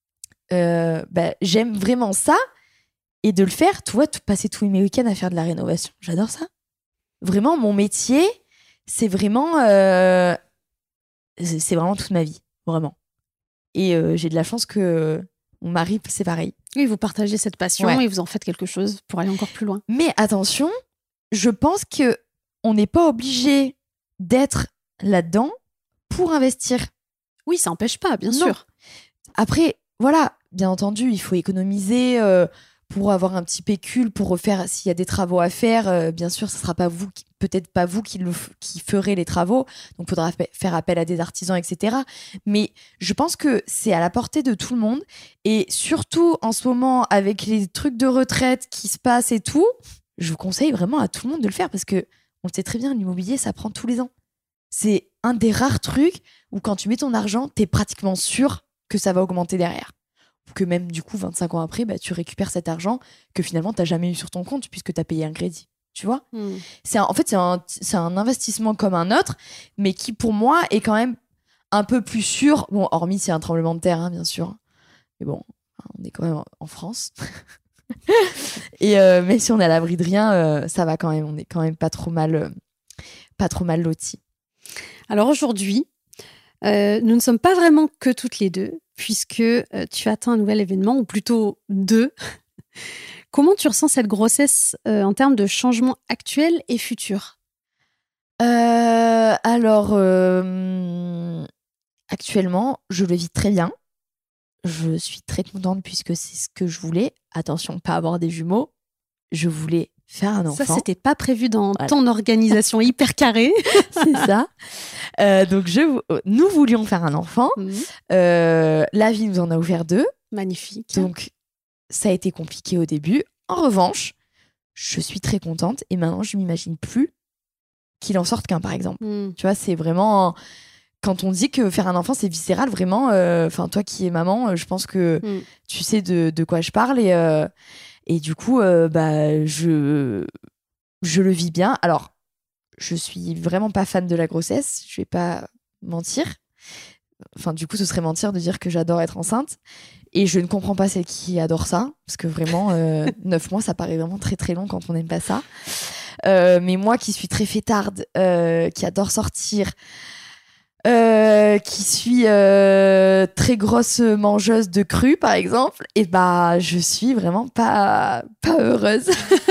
euh, bah, j'aime vraiment ça et de le faire. Tu vois, tout, passer tous mes week-ends à faire de la rénovation, j'adore ça. Vraiment, mon métier, c'est vraiment, euh, c'est c'est vraiment toute ma vie, vraiment. Et euh, j'ai de la chance que mon mari, c'est pareil. Oui, vous partagez cette passion Ouais. et vous en faites quelque chose pour aller encore plus loin. Mais attention, je pense que on n'est pas obligé d'être là-dedans pour investir. Oui, ça n'empêche pas, bien Non. sûr. Après, voilà, bien entendu, il faut économiser euh, pour avoir un petit pécule, pour refaire, s'il y a des travaux à faire, euh, bien sûr, ce sera pas vous, qui, peut-être pas vous qui, le, qui ferez les travaux, donc il faudra fa- faire appel à des artisans, et cetera. Mais je pense que c'est à la portée de tout le monde, et surtout en ce moment, avec les trucs de retraite qui se passent et tout, je vous conseille vraiment à tout le monde de le faire, parce que on le sait très bien, l'immobilier, ça prend tous les ans. C'est un des rares trucs où quand tu mets ton argent, t'es pratiquement sûr que ça va augmenter derrière. Que même du coup vingt-cinq ans après, bah, tu récupères cet argent que finalement t'as jamais eu sur ton compte puisque t'as payé un crédit, tu vois. Mm. C'est un- en fait c'est un, c'est un investissement comme un autre, mais qui pour moi est quand même un peu plus sûr, bon, hormis s'il y a un tremblement de terre, hein, bien sûr, mais bon, on est quand même en France. Et euh, mais si on est à l'abri de rien, euh, ça va quand même, on est quand même pas trop mal euh, pas trop mal lotis. Alors aujourd'hui, euh, nous ne sommes pas vraiment que toutes les deux, puisque euh, tu attends un nouvel événement, ou plutôt deux. Comment tu ressens cette grossesse euh, en termes de changement actuel et futur ? Euh, alors, euh, actuellement, je le vis très bien. Je suis très contente puisque c'est ce que je voulais. Attention, pas avoir des jumeaux. Je voulais faire un enfant. Ça, c'était pas prévu dans Voilà. ton organisation hyper carrée. C'est ça. Euh, donc, je, nous voulions faire un enfant. Mmh. Euh, la vie nous en a ouvert deux. Magnifique. Donc, ça a été compliqué au début. En revanche, je suis très contente. Et maintenant, je m'imagine plus qu'il en sorte qu'un, par exemple. Mmh. Tu vois, c'est vraiment... Quand on dit que faire un enfant, c'est viscéral, vraiment... Enfin, euh, toi qui es maman, euh, je pense que Mmh. tu sais de, de quoi je parle. Et, euh, et du coup, euh, bah, je, je le vis bien. Alors, je suis vraiment pas fan de la grossesse. Je vais pas mentir. Enfin, du coup, ce serait mentir de dire que j'adore être enceinte. Et je ne comprends pas celles qui adorent ça. Parce que vraiment, euh, neuf mois, ça paraît vraiment très très long quand on n'aime pas ça. Euh, mais moi qui suis très fêtarde, euh, qui adore sortir, euh, qui suis euh, très grosse mangeuse de cru, par exemple, et bah, je suis vraiment pas, pas heureuse.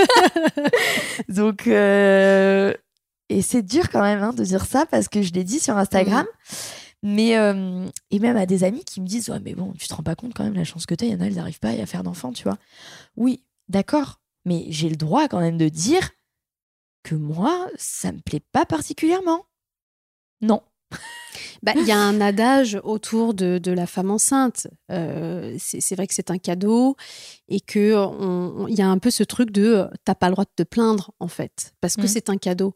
Donc, euh, et c'est dur quand même hein, de dire ça parce que je l'ai dit sur Instagram. Mmh. Mais euh, et même à des amis qui me disent ouais mais bon tu te rends pas compte quand même la chance que t'as, il y en a elles n'arrivent pas à faire d'enfants, tu vois. Oui d'accord, mais j'ai le droit quand même de dire que moi ça me plaît pas particulièrement. Non. Bah, y a un adage autour de, de la femme enceinte. Euh, c'est, c'est vrai que c'est un cadeau et qu'il y a un peu ce truc de t'as pas le droit de te plaindre en fait parce que mmh. c'est un cadeau.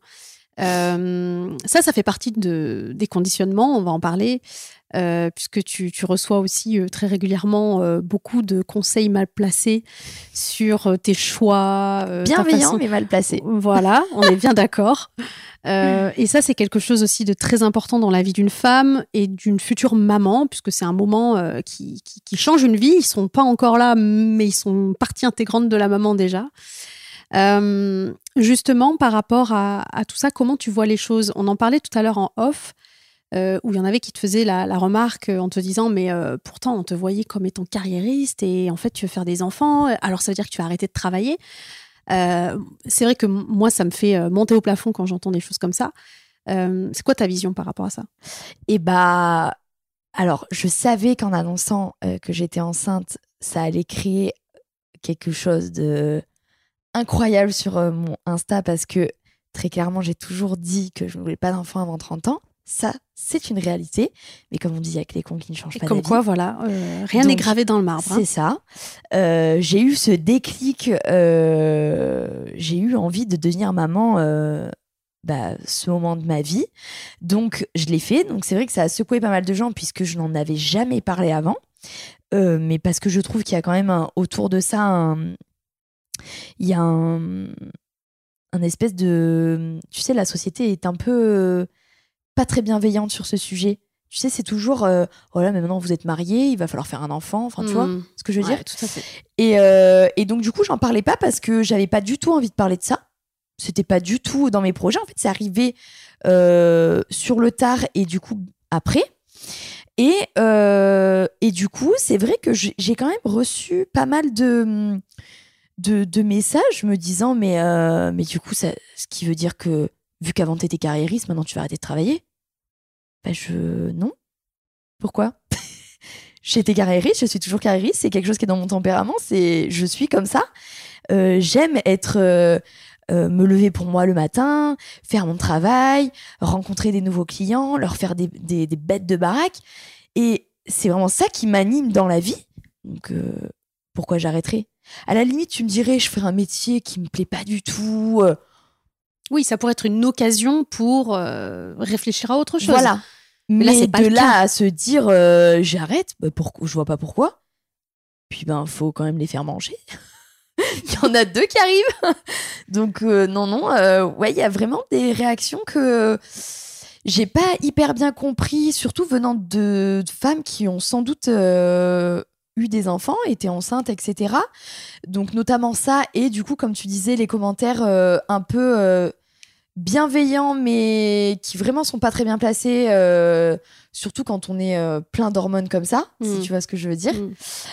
Euh, ça, ça fait partie de, des conditionnements, on va en parler, euh, puisque tu, tu reçois aussi euh, très régulièrement euh, beaucoup de conseils mal placés sur euh, tes choix. Euh, Bienveillant, façon... mais mal placé. Voilà, on est bien d'accord. Euh, et ça, c'est quelque chose aussi de très important dans la vie d'une femme et d'une future maman, puisque c'est un moment euh, qui, qui, qui change une vie. Ils sont pas encore là, mais ils sont partie intégrante de la maman déjà. Euh, justement, par rapport à, à tout ça, comment tu vois les choses ? On en parlait tout à l'heure en off, euh, où il y en avait qui te faisaient la, la remarque en te disant « mais euh, pourtant, on te voyait comme étant carriériste et en fait, tu veux faire des enfants, alors ça veut dire que tu vas arrêter de travailler. Euh, » C'est vrai que moi, ça me fait monter au plafond quand j'entends des choses comme ça. Euh, c'est quoi ta vision par rapport à ça ? Eh bah, alors, je savais qu'en annonçant euh, que j'étais enceinte, ça allait créer quelque chose de... incroyable sur euh, mon Insta parce que très clairement j'ai toujours dit que je ne voulais pas d'enfant avant trente ans. Ça, c'est une réalité. Mais comme on dit, il y a que les cons qui ne changent et pas comme d'avis. Quoi, voilà, euh, rien n'est gravé dans le marbre. C'est hein. ça. Euh, j'ai eu ce déclic. Euh, j'ai eu envie de devenir maman euh, bah, ce moment de ma vie. Donc, je l'ai fait. Donc, c'est vrai que ça a secoué pas mal de gens puisque je n'en avais jamais parlé avant. Euh, mais parce que je trouve qu'il y a quand même un, autour de ça un... il y a un, un espèce de... Tu sais, la société est un peu euh, pas très bienveillante sur ce sujet. Tu sais, c'est toujours, euh, oh là, mais maintenant vous êtes mariés, il va falloir faire un enfant. Enfin, tu mmh. vois ce que je veux ouais, dire ? Tout à fait. Et, euh, et donc, du coup, j'en parlais pas parce que j'avais pas du tout envie de parler de ça. C'était pas du tout dans mes projets. En fait, c'est arrivé euh, sur le tard et du coup, après. Et, euh, et du coup, c'est vrai que j'ai, j'ai quand même reçu pas mal de... De, de messages me disant mais, euh, mais du coup ça, ce qui veut dire que vu qu'avant t'étais carriériste maintenant tu vas arrêter de travailler. Ben je non pourquoi j'étais carriériste, je suis toujours carriériste, c'est quelque chose qui est dans mon tempérament, c'est je suis comme ça. Euh, j'aime être euh, euh, me lever pour moi le matin, faire mon travail, rencontrer des nouveaux clients, leur faire des, des, des bêtes de baraque. Et c'est vraiment ça qui m'anime dans la vie. Donc euh, pourquoi j'arrêterais ? À la limite, tu me dirais, je ferais un métier qui me plaît pas du tout. Euh... Oui, ça pourrait être une occasion pour euh, réfléchir à autre chose. Voilà. Mais, Mais là, c'est pas de le là cas. à se dire euh, j'arrête, bah, pour... je vois pas pourquoi. Puis ben, faut quand même les faire manger. Il y en a deux qui arrivent. Donc euh, non, non. Euh, ouais, il y a vraiment des réactions que j'ai pas hyper bien compris, surtout venant de, de femmes qui ont sans doute euh, eu des enfants, étaient enceintes, et cetera. Donc notamment ça, et du coup, comme tu disais, les commentaires euh, un peu euh, bienveillants, mais qui vraiment sont pas très bien placés, euh, surtout quand on est euh, plein d'hormones comme ça, mmh. si tu vois ce que je veux dire. Mmh.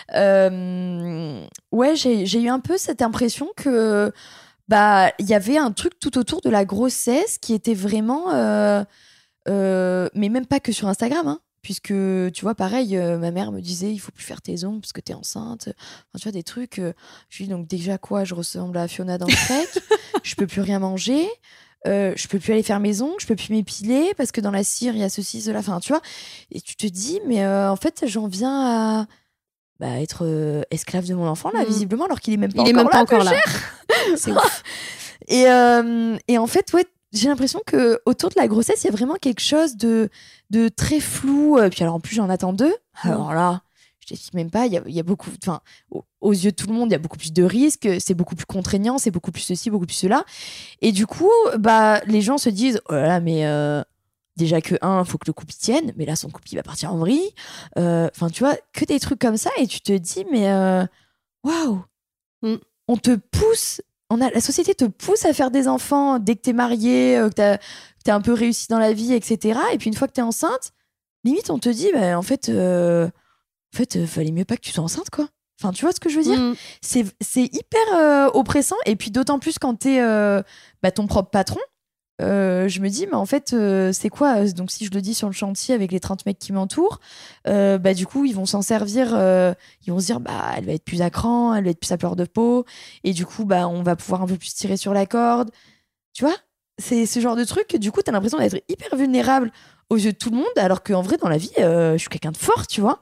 Euh, ouais, j'ai, j'ai eu un peu cette impression que bah il y avait un truc tout autour de la grossesse qui était vraiment, euh, euh, mais même pas que sur Instagram, hein. Puisque, tu vois, pareil, euh, ma mère me disait, il faut plus faire tes ongles parce que t'es enceinte. Enfin, tu vois, des trucs. Euh, je lui dis, donc déjà quoi, je ressemble à Fiona dans Shrek. Je peux plus rien manger. Euh, je peux plus aller faire mes ongles. Je peux plus m'épiler parce que dans la cire, il y a ceci, cela. Enfin, tu vois. Et tu te dis, mais euh, en fait, j'en viens à bah, être euh, esclave de mon enfant, là, mmh. visiblement, alors qu'il est même pas il encore est même là. Pas encore là. C'est ouf. Et, euh, et en fait, ouais, j'ai l'impression que autour de la grossesse, il y a vraiment quelque chose de, de très flou. Puis alors, en plus, j'en attends deux. Alors là, je t'explique même pas. Il y a, il y a beaucoup, enfin, aux, aux yeux de tout le monde, il y a beaucoup plus de risques. C'est beaucoup plus contraignant. C'est beaucoup plus ceci, beaucoup plus cela. Et du coup, bah, les gens se disent, oh là là, mais euh, déjà que un, faut que le couple y tienne. Mais là, son couple, il va partir en vrille. Enfin, euh, tu vois, que des trucs comme ça. Et tu te dis, mais waouh, wow, mm. on te pousse. On a, la société te pousse à faire des enfants dès que t'es marié, euh, que t'as, que t'as un peu réussi dans la vie, et cetera. Et puis une fois que t'es enceinte, limite on te dit, bah, en fait, euh, en fait, euh, fallait mieux pas que tu sois enceinte, quoi. Enfin, tu vois ce que je veux dire ? mmh. c'est, c'est hyper euh, oppressant. Et puis d'autant plus quand t'es euh, bah, ton propre patron. Euh, je me dis, mais en fait, euh, c'est quoi ? Donc, si je le dis sur le chantier avec les trente mecs qui m'entourent, euh, bah, du coup, ils vont s'en servir. Euh, ils vont se dire, bah, elle va être plus à cran, elle va être plus à fleur de peau. Et du coup, bah, on va pouvoir un peu plus tirer sur la corde. Tu vois ? C'est ce genre de truc. Du coup, t'as l'impression d'être hyper vulnérable aux yeux de tout le monde, alors qu'en vrai, dans la vie, euh, je suis quelqu'un de fort, tu vois ?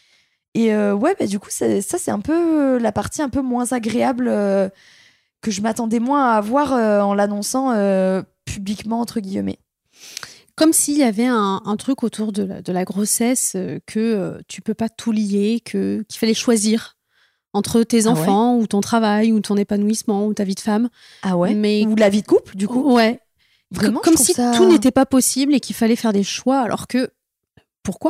Et euh, ouais, bah, du coup, ça, ça, c'est un peu la partie un peu moins agréable euh, que je m'attendais moins à avoir euh, en l'annonçant euh, publiquement, entre guillemets. Comme s'il y avait un, un truc autour de la, de la grossesse euh, que euh, tu peux pas tout lier, que, qu'il fallait choisir entre tes ah enfants ouais ou ton travail ou ton épanouissement ou ta vie de femme. Ah ouais. Mais... Ou la vie de couple, du coup. Ouais. Vraiment, comme si ça... tout n'était pas possible et qu'il fallait faire des choix, alors que pourquoi ?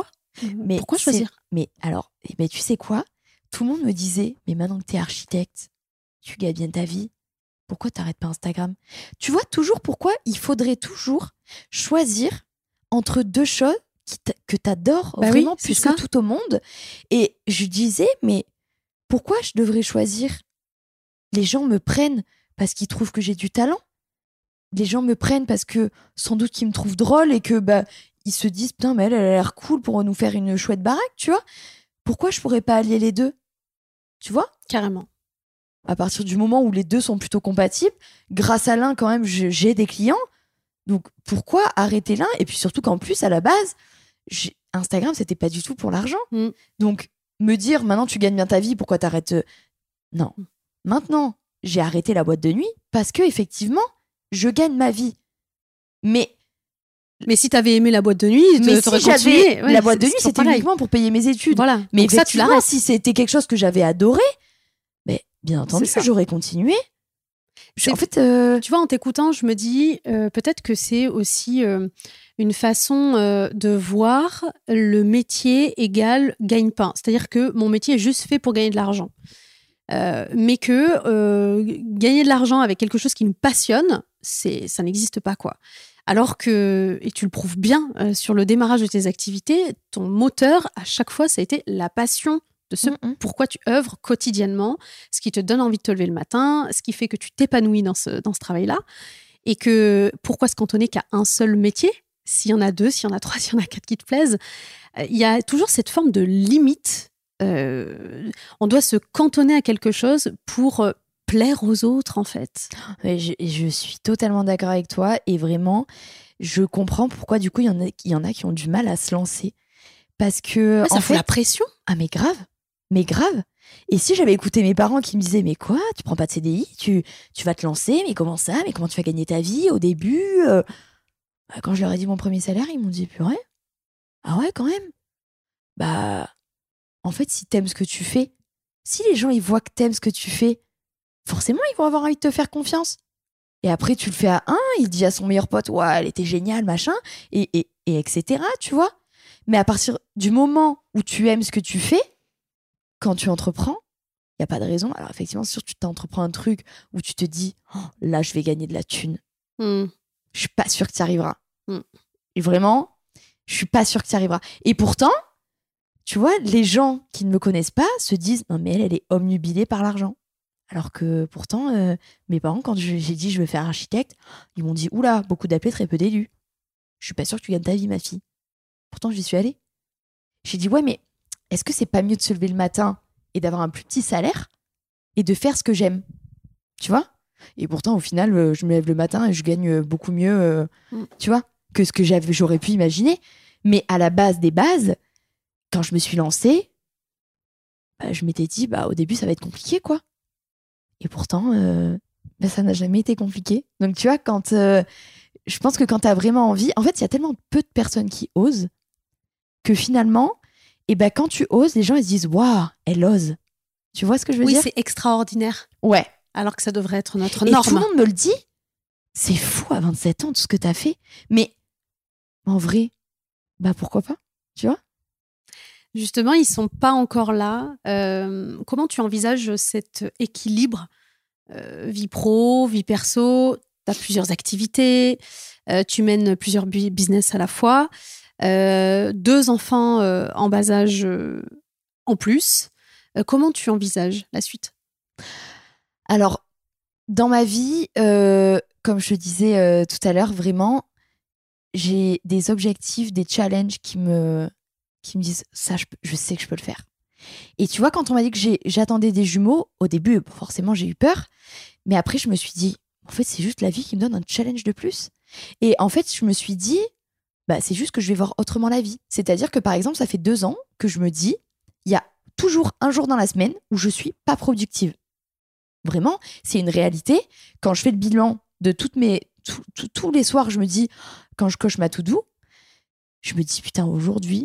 Mais pourquoi choisir ? Mais alors, mais tu sais quoi ? Tout le monde me disait, mais maintenant que t'es architecte, tu gagnes bien ta vie. Pourquoi t'arrêtes pas Instagram ? Tu vois toujours pourquoi il faudrait toujours choisir entre deux choses qui t'a, que t'adores bah vraiment oui, plus que tout au monde. Et je disais, mais pourquoi je devrais choisir ? Les gens me prennent parce qu'ils trouvent que j'ai du talent. Les gens me prennent parce que sans doute qu'ils me trouvent drôle et que bah ils se disent putain mais elle, elle a l'air cool pour nous faire une chouette baraque, tu vois ? Pourquoi je pourrais pas allier les deux ? Tu vois ? Carrément. À partir du moment où les deux sont plutôt compatibles, grâce à l'un, quand même, j'ai des clients. Donc, pourquoi arrêter l'un ? Et puis surtout qu'en plus, à la base, j'ai... Instagram, c'était pas du tout pour l'argent. Mm. Donc, me dire, maintenant, tu gagnes bien ta vie, pourquoi t'arrêtes ? Non. Mm. Maintenant, j'ai arrêté la boîte de nuit parce que effectivement, je gagne ma vie. Mais... Mais si t'avais aimé la boîte de nuit, mais t'aurais si continué. J'avais... Ouais, la boîte de nuit, c'était pareil. Uniquement pour payer mes études. Voilà. Mais donc ça, tu l'arrêtes. Si c'était quelque chose que j'avais adoré, mais bien entendu, j'aurais continué. C'est, en fait, euh... tu vois, en t'écoutant, je me dis euh, peut-être que c'est aussi euh, une façon euh, de voir le métier égal gagne-pain. C'est-à-dire que mon métier est juste fait pour gagner de l'argent. Euh, mais que euh, gagner de l'argent avec quelque chose qui nous passionne, c'est, ça n'existe pas, quoi. Alors que, et tu le prouves bien euh, sur le démarrage de tes activités, ton moteur, à chaque fois, ça a été la passion de ce mmh. pourquoi tu œuvres quotidiennement, ce qui te donne envie de te lever le matin, ce qui fait que tu t'épanouis dans ce, dans ce travail-là, et que pourquoi se cantonner qu'à un seul métier ? s'il y en a deux, s'il y en a trois, s'il y en a quatre qui te plaisent, euh, il y a toujours cette forme de limite. Euh, on doit se cantonner à quelque chose pour euh, plaire aux autres, en fait. Ouais, je, je suis totalement d'accord avec toi et vraiment, je comprends pourquoi du coup il y en a, il y en a qui ont du mal à se lancer parce que Ouais, ça en fout fait, la pression. ah mais grave, mais grave. Et si j'avais écouté mes parents qui me disaient mais quoi, tu prends pas de C D I, tu tu vas te lancer, mais comment ça, mais comment tu vas gagner ta vie au début euh, bah, quand je leur ai dit mon premier salaire, ils m'ont dit purée, ah ouais quand même. Bah en fait, si t'aimes ce que tu fais, si les gens ils voient que t'aimes ce que tu fais, forcément ils vont avoir envie de te faire confiance. Et après, tu le fais à un, il dit à son meilleur pote, ouais, elle était géniale, machin, et, et, et etc., tu vois. Mais à partir du moment où tu aimes ce que tu fais, quand tu entreprends, il n'y a pas de raison. Alors, effectivement, si tu t'entreprends un truc où tu te dis, oh, là, je vais gagner de la thune, Mm. je suis pas sûre que tu y arriveras. Mm. Et vraiment, je suis pas sûre que tu y arriveras. Et pourtant, tu vois, les gens qui ne me connaissent pas se disent, non, mais elle, elle est omnubilée par l'argent. Alors que pourtant, euh, mes parents, quand je- j'ai dit je veux faire architecte, ils m'ont dit oula, beaucoup d'appelés, très peu d'élus. Je suis pas sûre que tu gagnes ta vie, ma fille. Pourtant, j'y suis allée. J'ai dit ouais, mais est-ce que c'est pas mieux de se lever le matin et d'avoir un plus petit salaire et de faire ce que j'aime, tu vois? Et pourtant, au final, euh, je me lève le matin et je gagne euh, beaucoup mieux, euh, Mm. tu vois, que ce que j'avais, j'aurais pu imaginer. Mais à la base des bases, quand je me suis lancée, bah, je m'étais dit bah au début ça va être compliqué, quoi. Et pourtant, euh, bah, ça n'a jamais été compliqué. Donc, tu vois, quand, euh, je pense que quand tu as vraiment envie, en fait, il y a tellement peu de personnes qui osent que finalement, et ben, quand tu oses, les gens ils se disent waouh, elle ose. Tu vois ce que je veux Oui, dire? c'est extraordinaire. Ouais. Alors que ça devrait être notre Et norme. tout le monde me le dit. C'est fou à vingt-sept ans tout ce que tu as fait. Mais en vrai, bah pourquoi pas? Tu vois? Justement, ils sont pas encore là. Euh, comment tu envisages cet équilibre euh, vie pro, vie perso? Tu as plusieurs activités, euh, tu mènes plusieurs bu- business à la fois, euh, deux enfants euh, en bas âge euh, en plus. Euh, comment tu envisages la suite? Alors, dans ma vie, euh, comme je te disais euh, tout à l'heure, vraiment, j'ai des objectifs, des challenges qui me, qui me disent ça, je, peux- je sais que je peux le faire. Et tu vois, quand on m'a dit que j'ai- j'attendais des jumeaux, au début, bon, forcément, j'ai eu peur. Mais après, je me suis dit, en fait, c'est juste la vie qui me donne un challenge de plus. Et en fait, je me suis dit, bah, c'est juste que je vais voir autrement la vie. C'est-à-dire que, par exemple, ça fait deux ans que je me dis, il y a toujours un jour dans la semaine où je suis pas productive. Vraiment, c'est une réalité. Quand je fais le bilan de toutes mes. tout- tout- tous les soirs, je me dis, quand je coche ma to-do, je me dis, putain, aujourd'hui,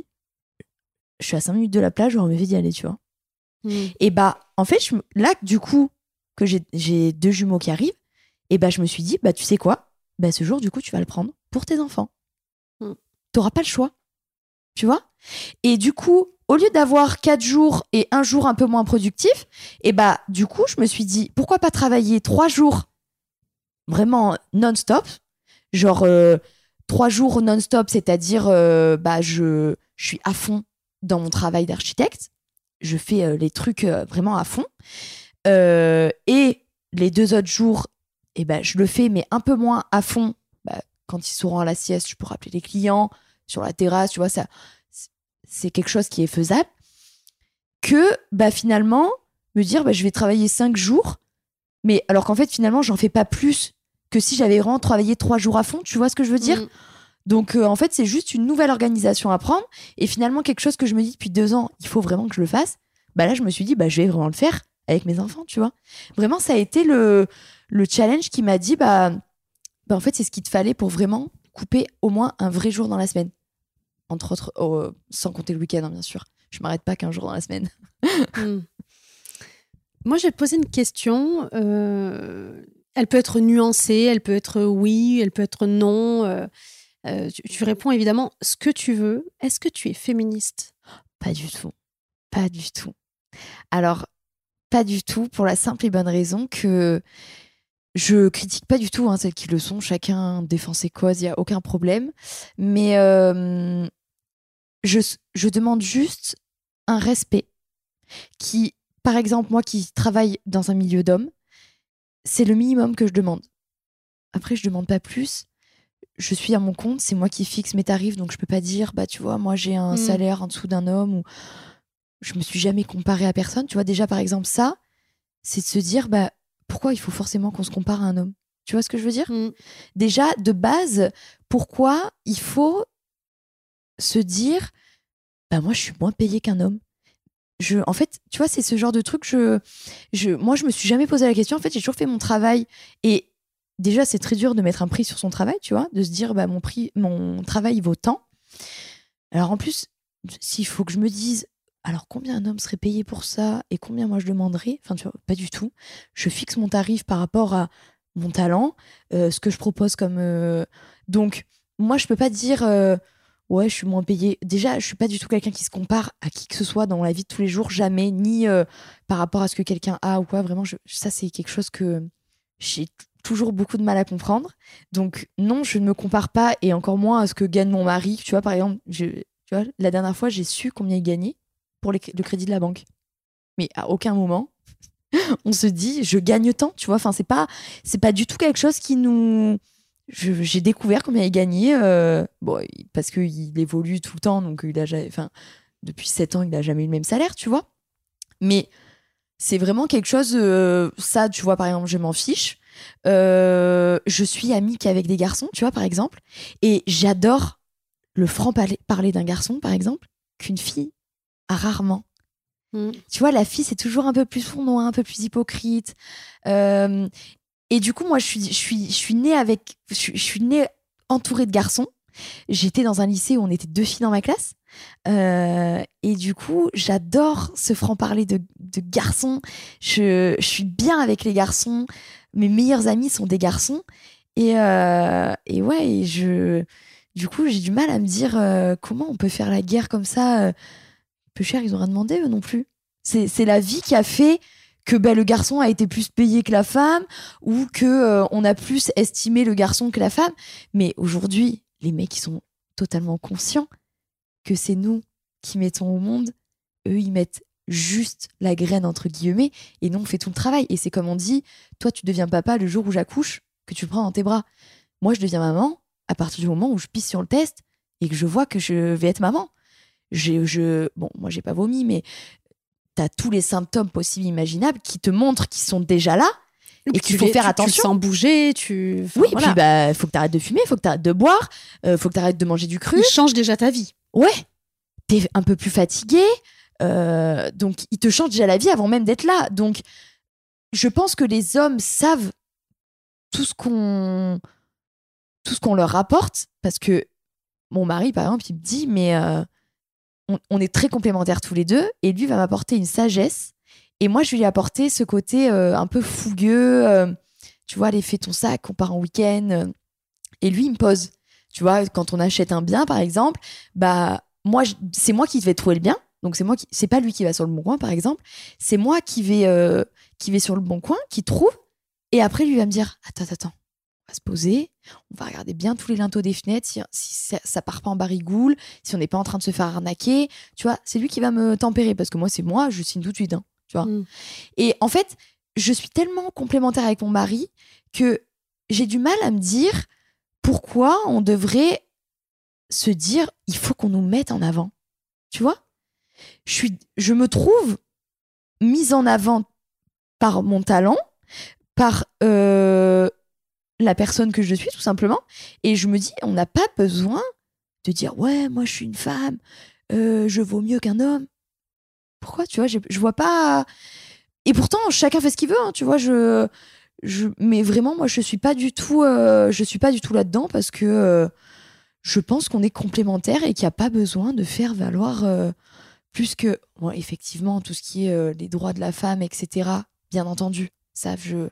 je suis à cinq minutes de la plage, j'aurais envie d'y aller, tu vois. Mm. Et bah, en fait, je me- là, du coup, que j'ai j'ai deux jumeaux qui arrivent, et bah, je me suis dit, bah, tu sais quoi? Bah, ce jour, du coup, tu vas le prendre pour tes enfants. Mm. T'auras pas le choix. Tu vois? Et du coup, au lieu d'avoir quatre jours et un jour un peu moins productif, et bah, du coup, je me suis dit, pourquoi pas travailler trois jours vraiment non-stop? Genre, euh, trois jours non-stop, c'est-à-dire, euh, bah, je, je suis à fond dans mon travail d'architecte. Je fais euh, les trucs euh, vraiment à fond. Euh, et les deux autres jours, eh ben, je le fais, mais un peu moins à fond. Bah, quand ils seront à la sieste, je peux rappeler les clients sur la terrasse, tu vois, ça, c'est quelque chose qui est faisable. Que bah, finalement, me dire, bah, je vais travailler cinq jours, mais alors qu'en fait, finalement, j'en fais pas plus que si j'avais vraiment travaillé trois jours à fond, tu vois ce que je veux dire? Mm. Donc, euh, en fait, c'est juste une nouvelle organisation à prendre. Et finalement, quelque chose que je me dis depuis deux ans, il faut vraiment que je le fasse. Bah là, je me suis dit, bah, je vais vraiment le faire avec mes enfants, tu vois. Vraiment, ça a été le, le challenge qui m'a dit, bah, bah, en fait, c'est ce qu'il te fallait pour vraiment couper au moins un vrai jour dans la semaine. Entre autres, oh, sans compter le week-end, hein, bien sûr. Je m'arrête pas qu'un jour dans la semaine. Mm. Moi, je vais te poser une question. euh, Elle peut être nuancée, elle peut être oui, elle peut être non. euh, euh, tu, tu réponds évidemment ce que tu veux. Est-ce que tu es féministe? Pas du tout. Pas du tout. Alors, pas du tout, pour la simple et bonne raison que je critique pas du tout hein, celles qui le sont. Chacun défend ses causes, il n'y a aucun problème. Mais euh, je, je demande juste un respect qui, par exemple, moi qui travaille dans un milieu d'hommes, c'est le minimum que je demande. Après, je demande pas plus. je suis à mon compte, c'est moi qui fixe mes tarifs, donc je peux pas dire, bah tu vois, moi j'ai un mmh. salaire en dessous d'un homme, ou je me suis jamais comparée à personne. Tu vois, déjà par exemple ça, c'est de se dire, bah pourquoi il faut forcément qu'on se compare à un homme? Tu vois ce que je veux dire? mmh. Déjà, de base, pourquoi il faut se dire, bah moi je suis moins payée qu'un homme? Je, en fait, tu vois, c'est ce genre de truc, je, je, moi je me suis jamais posé la question. En fait, j'ai toujours fait mon travail, et déjà, c'est très dur de mettre un prix sur son travail, tu vois, de se dire, bah, mon prix, mon travail vaut tant. Alors, en plus, s'il faut que je me dise, alors combien un homme serait payé pour ça et combien moi je demanderais, enfin, tu vois, pas du tout. Je fixe mon tarif par rapport à mon talent, euh, ce que je propose comme. Euh... Donc, moi, je peux pas dire, euh, ouais, je suis moins payée. Déjà, je suis pas du tout quelqu'un qui se compare à qui que ce soit dans la vie de tous les jours, jamais, ni euh, par rapport à ce que quelqu'un a ou quoi. Vraiment, je... ça, c'est quelque chose que j'ai toujours beaucoup de mal à comprendre. Donc non, je ne me compare pas, et encore moins à ce que gagne mon mari. Tu vois, par exemple, je, tu vois, la dernière fois, j'ai su combien il gagnait pour les, le crédit de la banque. Mais à aucun moment, on se dit, je gagne tant, tu vois. Enfin, c'est pas, c'est pas du tout quelque chose qui nous... Je, j'ai découvert combien il gagnait, euh, bon, parce qu'il évolue tout le temps, donc il a jamais... Enfin, depuis sept ans, il n'a jamais eu le même salaire, tu vois. Mais c'est vraiment quelque chose... Euh, ça, tu vois, par exemple, je m'en fiche. Euh, je suis amie qu'avec des garçons, tu vois, par exemple, et j'adore le franc-parler d'un garçon, par exemple, qu'une fille a rarement. Mm. Tu vois, la fille, c'est toujours un peu plus fournois, un peu plus hypocrite. Euh, et du coup, moi, je suis, je suis, je suis née avec... Je, je suis née entourée de garçons. J'étais dans un lycée où on était deux filles dans ma classe. Euh, et du coup, j'adore ce franc-parler de, de garçons. Je, je suis bien avec les garçons. Mes meilleurs amis sont des garçons. Et, euh, et ouais, et je, du coup, j'ai du mal à me dire euh, comment on peut faire la guerre comme ça. Euh, peu cher, ils n'ont rien demandé, eux non plus. C'est, c'est la vie qui a fait que ben, le garçon a été plus payé que la femme, ou qu'on euh, a plus estimé le garçon que la femme. Mais aujourd'hui, les mecs, ils sont totalement conscients que c'est nous qui mettons au monde. Eux, ils mettent juste la graine, entre guillemets, et nous, on fait tout le travail. Et c'est comme on dit, toi, tu deviens papa le jour où j'accouche, que tu le prends dans tes bras. Moi, je deviens maman à partir du moment où je pisse sur le test et que je vois que je vais être maman. J'ai, je... Bon, moi, j'ai pas vomi, mais t'as tous les symptômes possibles, imaginables, qui te montrent qu'ils sont déjà là. Et, et qu'il faut les, faire tu, attention. Tu sens bouger, tu. Enfin, oui, voilà. Puis bah, faut que t'arrêtes de fumer, faut que t'arrêtes de boire, euh, faut que t'arrêtes de manger du cru. Il change déjà ta vie. Ouais. T'es un peu plus fatigué, euh, donc il te change déjà la vie avant même d'être là. Donc, je pense que les hommes savent tout ce qu'on, tout ce qu'on leur apporte, parce que mon mari, par exemple, il me dit, mais euh, on, on est très complémentaires tous les deux, et lui va m'apporter une sagesse. Et moi, je vais lui apporter ce côté euh, un peu fougueux. Euh, tu vois, allez, fais ton sac, on part en week-end. Euh, et lui, il me pose. Tu vois, quand on achète un bien, par exemple, bah, moi, je, c'est moi qui vais trouver le bien. Donc, c'est moi qui, c'est pas lui qui va sur le bon coin, par exemple. C'est moi qui vais, euh, qui vais sur le bon coin, qui trouve. Et après, lui va me dire, attends, attends, on va se poser. On va regarder bien tous les linteaux des fenêtres, si, si ça, ça part pas en barigoule, si on n'est pas en train de se faire arnaquer. Tu vois, c'est lui qui va me tempérer, parce que moi, c'est moi, je signe tout de suite, hein. Tu vois. Mm. Et en fait, je suis tellement complémentaire avec mon mari que j'ai du mal à me dire pourquoi on devrait se dire il faut qu'on nous mette en avant. Tu vois, je suis, je me trouve mise en avant par mon talent, par euh, la personne que je suis, tout simplement. Et je me dis, on n'a pas besoin de dire ouais, moi je suis une femme, euh, je vaux mieux qu'un homme. Pourquoi, tu vois, je, je vois pas. Et pourtant, chacun fait ce qu'il veut, hein, tu vois. Je, je, mais vraiment, moi, je suis pas du tout, euh, je suis pas du tout là-dedans, parce que euh, je pense qu'on est complémentaires et qu'il n'y a pas besoin de faire valoir euh, plus que, bon, effectivement, tout ce qui est euh, les droits de la femme, et cetera. Bien entendu, ça, je,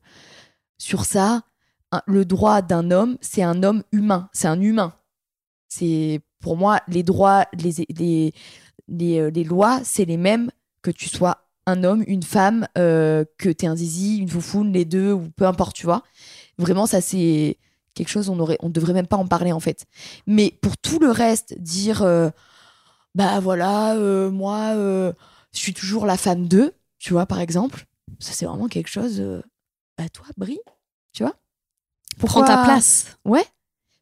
sur ça, un, le droit d'un homme, c'est un homme humain, c'est un humain. C'est pour moi les droits, les les les, les lois, c'est les mêmes que tu sois un homme, une femme, euh, que t'es un zizi, une foufoune, les deux, ou peu importe, tu vois. Vraiment, ça, c'est quelque chose, on aurait, on devrait même pas en parler, en fait. Mais pour tout le reste, dire, euh, bah voilà, euh, moi, euh, je suis toujours la femme d'eux, tu vois, par exemple, ça, c'est vraiment quelque chose, euh, bah toi, Brie, tu vois. Pourquoi... Prends ta place. Ouais.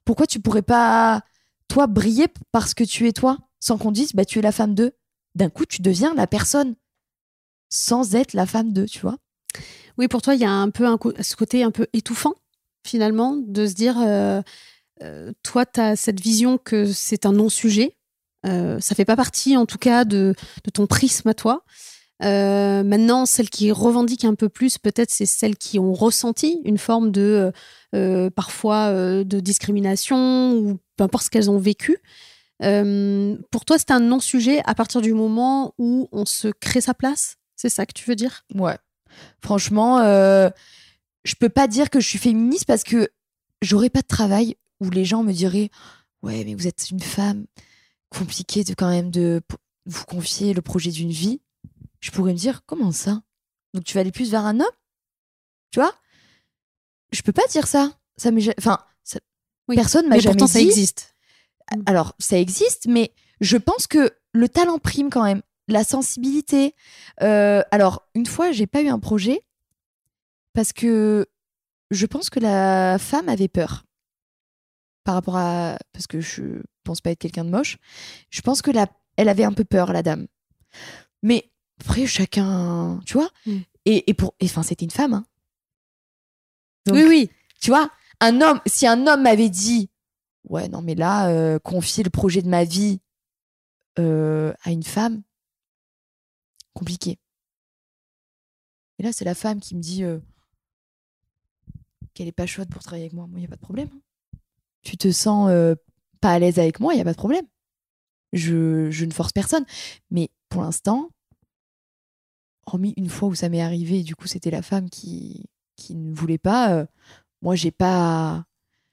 Pourquoi tu pourrais pas, toi, briller parce que tu es toi, sans qu'on dise, bah, tu es la femme d'eux. D'un coup, tu deviens la personne sans être la femme d'eux, tu vois. Oui, pour toi, il y a un peu un co- ce côté un peu étouffant, finalement, de se dire, euh, euh, toi, tu as cette vision que c'est un non-sujet. Euh, ça fait pas partie, en tout cas, de, de ton prisme à toi. Euh, maintenant, celles qui revendiquent un peu plus, peut-être, c'est celles qui ont ressenti une forme de, euh, parfois, euh, de discrimination ou peu importe ce qu'elles ont vécu. Euh, pour toi, c'est un non-sujet à partir du moment où on se crée sa place. C'est ça que tu veux dire? Ouais. Franchement, euh, je peux pas dire que je suis féministe parce que j'aurais pas de travail où les gens me diraient ouais, mais vous êtes une femme, compliqué de quand même de p- vous confier le projet d'une vie. Je pourrais me dire comment ça? Donc tu vas aller plus vers un homme? Tu vois? Je peux pas dire ça. Ça m'est ja- enfin, ça- Oui. personne m'a Mais jamais pourtant, ça dit. existe. Alors, ça existe, mais je pense que le talent prime quand même, la sensibilité. Euh, alors, une fois, j'ai pas eu un projet parce que je pense que la femme avait peur par rapport à parce que je pense pas être quelqu'un de moche. Je pense que la elle avait un peu peur, la dame. Mais après, chacun, tu vois. Mm. Et, et pour, enfin, c'était une femme. Hein. Donc, Oui, oui. tu vois, un homme, si un homme m'avait dit, ouais, non, mais là, euh, confier le projet de ma vie euh, à une femme, compliqué. Et là, c'est la femme qui me dit euh, qu'elle est pas chaude pour travailler avec moi. Moi, il y a pas de problème. Hein. Tu te sens euh, pas à l'aise avec moi, il y a pas de problème. Je, je ne force personne. Mais pour l'instant, hormis une fois où ça m'est arrivé, et du coup, c'était la femme qui, qui ne voulait pas. euh, moi, j'ai pas.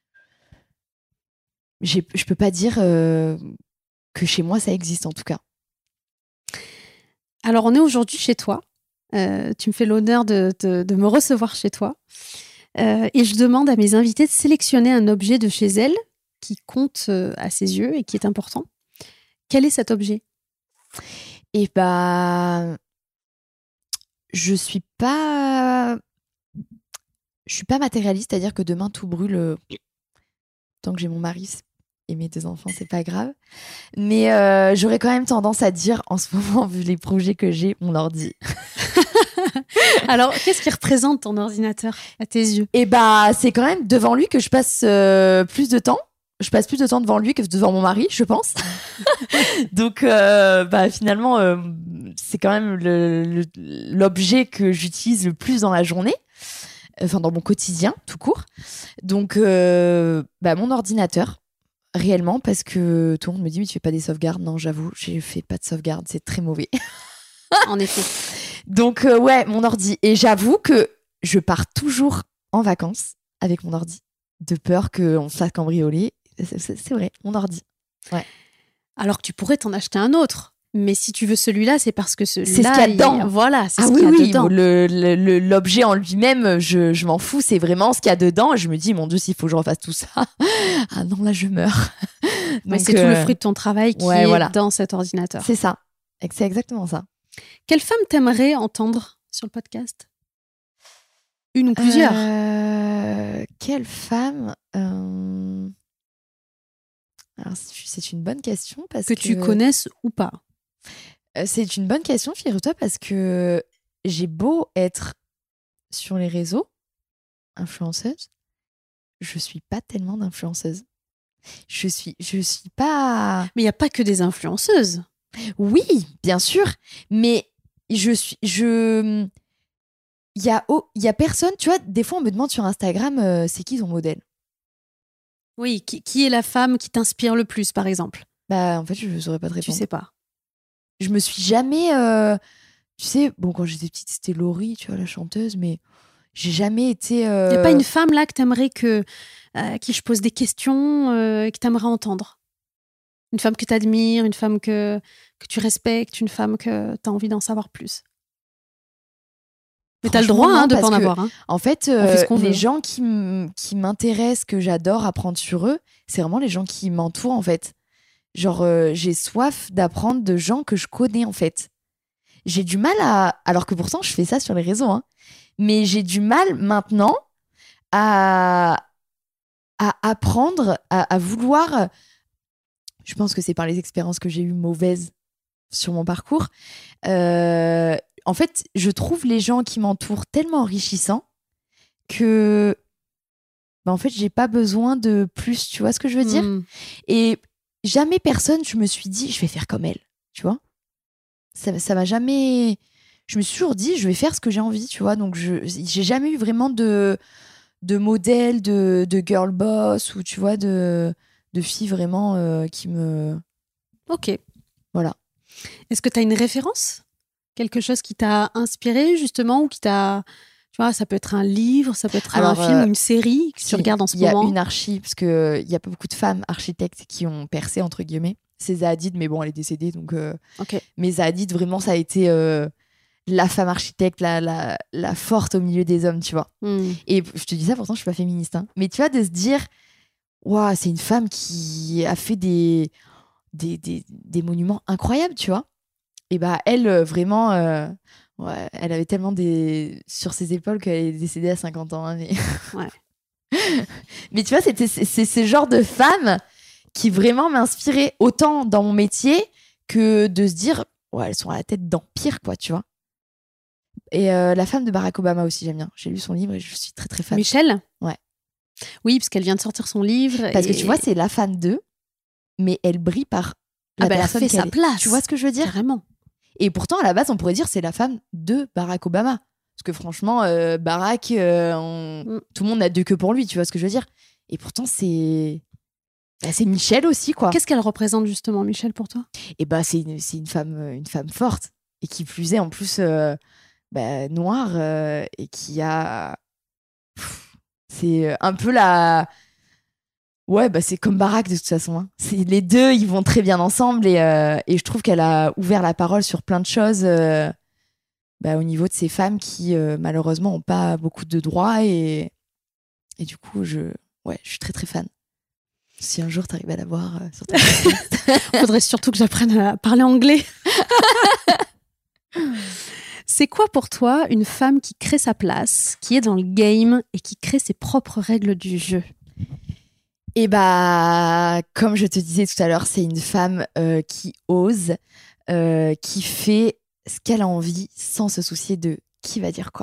J'ai, je peux pas dire euh, que chez moi, ça existe, en tout cas. Alors, on est aujourd'hui chez toi. Euh, tu me fais l'honneur de, de- de me recevoir chez toi. Euh, et je demande à mes invités de sélectionner un objet de chez elles qui compte euh, à ses yeux et qui est important. Quel est cet objet? Et bah. Je suis pas. Je suis pas matérialiste, c'est-à-dire que demain, tout brûle. euh, Tant que j'ai mon mari et mes deux enfants, c'est pas grave. Mais euh, j'aurais quand même tendance à dire, en ce moment, vu les projets que j'ai, mon ordi. Alors, qu'est-ce qui représente ton ordinateur à tes yeux? Et bah, c'est quand même devant lui que je passe euh, plus de temps. Je passe plus de temps devant lui que devant mon mari, je pense. Donc, euh, bah, finalement, euh, c'est quand même le- le- l'objet que j'utilise le plus dans la journée. Enfin, dans mon quotidien, tout court. Donc, euh, bah, mon ordinateur, réellement, parce que tout le monde me dit, mais tu fais pas des sauvegardes. Non, j'avoue, je fais pas de sauvegarde, c'est très mauvais. En effet. Donc, euh, ouais, mon ordi. Et j'avoue que je pars toujours en vacances avec mon ordi, de peur qu'on se fasse cambrioler. C'est, c'est- c'est vrai, mon ordi. Ouais. Alors que tu pourrais t'en acheter un autre. Mais si tu veux celui-là, c'est parce que celui-là... C'est ce qu'il y a il- dedans. Voilà, c'est Ah ce oui, qu'il y a oui, dedans. le, le- le- l'objet en lui-même, je, je m'en fous, c'est vraiment ce qu'il y a dedans. Je me dis, mon Dieu, s'il faut que je refasse tout ça, ah non, là, je meurs. Mais Donc, c'est tout le euh, fruit de ton travail qui ouais, est voilà. dans cet ordinateur. C'est ça. C'est exactement ça. Quelle femme t'aimerais entendre sur le podcast? Une ou plusieurs? Euh, quelle femme euh, Alors, c'est une bonne question parce Que que... tu connaisses ou pas? Euh, C'est une bonne question, figure-toi, parce que j'ai beau être sur les réseaux, influenceuse, je suis pas tellement d'influenceuse. Je suis, je suis pas. Mais il n'y a pas que des influenceuses. Oui, bien sûr, mais je suis, je. Il y a, oh, il y a personne, tu vois. Des fois, on me demande sur Instagram, euh, c'est qui ton modèle? Oui, qui, qui est la femme qui t'inspire le plus, par exemple? Bah, en fait, je saurais pas te Tu répondre. sais pas. Je me suis jamais, euh, tu sais, bon, quand j'étais petite, c'était Laurie, tu vois, la chanteuse, mais j'ai jamais été. Il euh, n'y a pas une femme là que t'aimerais que, euh, à qui je pose des questions, euh, que t'aimerais entendre? Une femme que t'admires, une femme que, que tu respectes, une femme que t'as envie d'en savoir plus? Mais t'as le Franchement, droit hein, non, de pas parce en que, avoir. Hein. En fait, On fait ce euh, qu'on les veut. gens qui, m- qui m'intéressent, que j'adore apprendre sur eux, c'est vraiment les gens qui m'entourent, en fait. Genre, euh, j'ai soif d'apprendre de gens que je connais, en fait. J'ai du mal à... Alors que pourtant, je fais ça sur les réseaux, hein. Mais j'ai du mal maintenant à... à apprendre, à, à vouloir. Je pense que c'est par les expériences que j'ai eues mauvaises sur mon parcours. Euh, en fait, je trouve les gens qui m'entourent tellement enrichissants que, bah, en fait, j'ai pas besoin de plus. Tu vois ce que je veux dire? Mmh. Et jamais personne, je me suis dit, je vais faire comme elle. Tu vois? Ça, ça m'a jamais. Je me suis toujours dit, je vais faire ce que j'ai envie. Tu vois? Donc, je, j'ai jamais eu vraiment de, de modèle, de, de girl boss ou tu vois, de, de filles vraiment euh, qui me. Ok. Voilà. Est-ce que tu as une référence? Quelque chose qui t'a inspiré, justement, ou qui t'a... Tu vois, ça peut être un livre, ça peut être Alors, un film euh, ou une série que si, tu regardes en ce il y a moment. une archi, parce qu'il n'y a pas beaucoup de femmes architectes qui ont percé, entre guillemets. C'est Zaha Hadid, mais bon, elle est décédée. Donc, euh, Ok. mais Zaha Hadid, vraiment, ça a été euh, la femme architecte, la, la, la forte au milieu des hommes, tu vois. Hmm. Et je te dis ça, pourtant, je suis pas féministe. Hein. Mais tu vois, de se dire, waouh, c'est une femme qui a fait des, des, des, des monuments incroyables, tu vois. Et bah, elle, euh, vraiment, euh, ouais, elle avait tellement des... sur ses épaules qu'elle est décédée à cinquante ans. Hein, mais... Ouais. mais tu vois, c'était, c'est, c'est ce genre de femme qui vraiment m'inspirait autant dans mon métier que de se dire, ouais, elles sont à la tête d'empire, quoi, tu vois. Et euh, la femme de Barack Obama aussi, j'aime bien. J'ai lu son livre et je suis très, très fan. Michel? Ouais. Oui, parce qu'elle vient de sortir son livre. Parce et... que tu vois, c'est la femme d'eux, mais elle brille par la ah bah, personne elle a fait qu'elle sa est. place. Tu vois ce que je veux dire? Carrément. Et pourtant, à la base, on pourrait dire c'est la femme de Barack Obama. Parce que franchement, euh, Barack, euh, on... mm. tout le monde n'a deux queues pour lui, tu vois ce que je veux dire? Et pourtant, c'est... Bah, c'est Michel aussi, quoi. Qu'est-ce qu'elle représente justement, Michel, pour toi? Et bah, c'est une, c'est une, femme, une femme forte. Et qui plus est, en plus, euh, bah, noire. Euh, et qui a... Pff, c'est un peu la... Ouais, bah c'est comme Barack de toute façon. Hein. C'est, les deux, ils vont très bien ensemble. Et, euh, et je trouve qu'elle a ouvert la parole sur plein de choses euh, bah, au niveau de ces femmes qui, euh, malheureusement, n'ont pas beaucoup de droits. Et, et du coup, je, ouais, je suis très, très fan. Si un jour, tu arrives à la voir euh, sur ta podcast. Faudrait surtout que j'apprenne à parler anglais. C'est quoi pour toi une femme qui crée sa place, qui est dans le game et qui crée ses propres règles du jeu? Et bah, comme je te disais tout à l'heure, c'est une femme euh, qui ose, euh, qui fait ce qu'elle a envie sans se soucier de qui va dire quoi.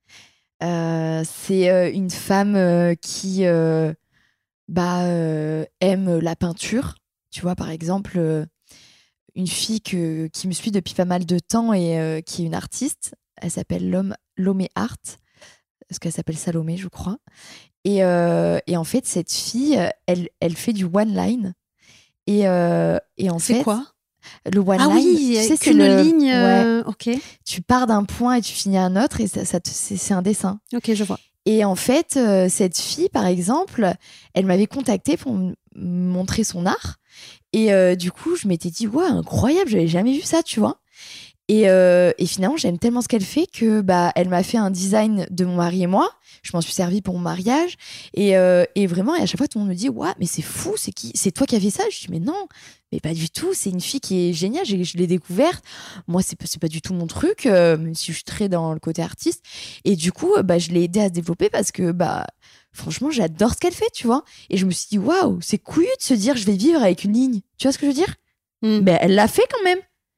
Euh, c'est euh, une femme euh, qui euh, bah, euh, aime la peinture. Tu vois, par exemple, euh, une fille que, qui me suit depuis pas mal de temps et euh, qui est une artiste. Elle s'appelle Lom- Lomé Art, parce qu'elle s'appelle Salomé, je crois. Et, euh, et en fait, cette fille, elle, elle fait du one-line. Et, euh, et en c'est fait... quoi? Le one-line, ah oui, tu sais, c'est une le... ligne... Euh... Ouais. Ok. Tu pars d'un point et tu finis à un autre et ça, ça te... c'est, c'est un dessin. Ok, je vois. Et en fait, euh, cette fille, par exemple, elle m'avait contactée pour me montrer son art. Et euh, du coup, je m'étais dit, ouais, incroyable, j'avais jamais vu ça, tu vois. Et, euh, et finalement, j'aime tellement ce qu'elle fait que bah, elle m'a fait un design de mon mari et moi. Je m'en suis servie pour mon mariage. Et, euh, et vraiment, et à chaque fois, tout le monde me dit, ouais, mais c'est fou, c'est qui? C'est toi qui as fait ça? Je dis, mais non, mais pas du tout. C'est une fille qui est géniale. J'ai, je l'ai découverte. Moi, c'est, c'est pas du tout mon truc, euh, même si je suis très dans le côté artiste. Et du coup, bah, je l'ai aidée à se développer parce que, bah, franchement, j'adore ce qu'elle fait, tu vois. Et je me suis dit, waouh, c'est couillu de se dire, je vais vivre avec une ligne. Tu vois ce que je veux dire? Mm. Mais elle l'a fait quand même.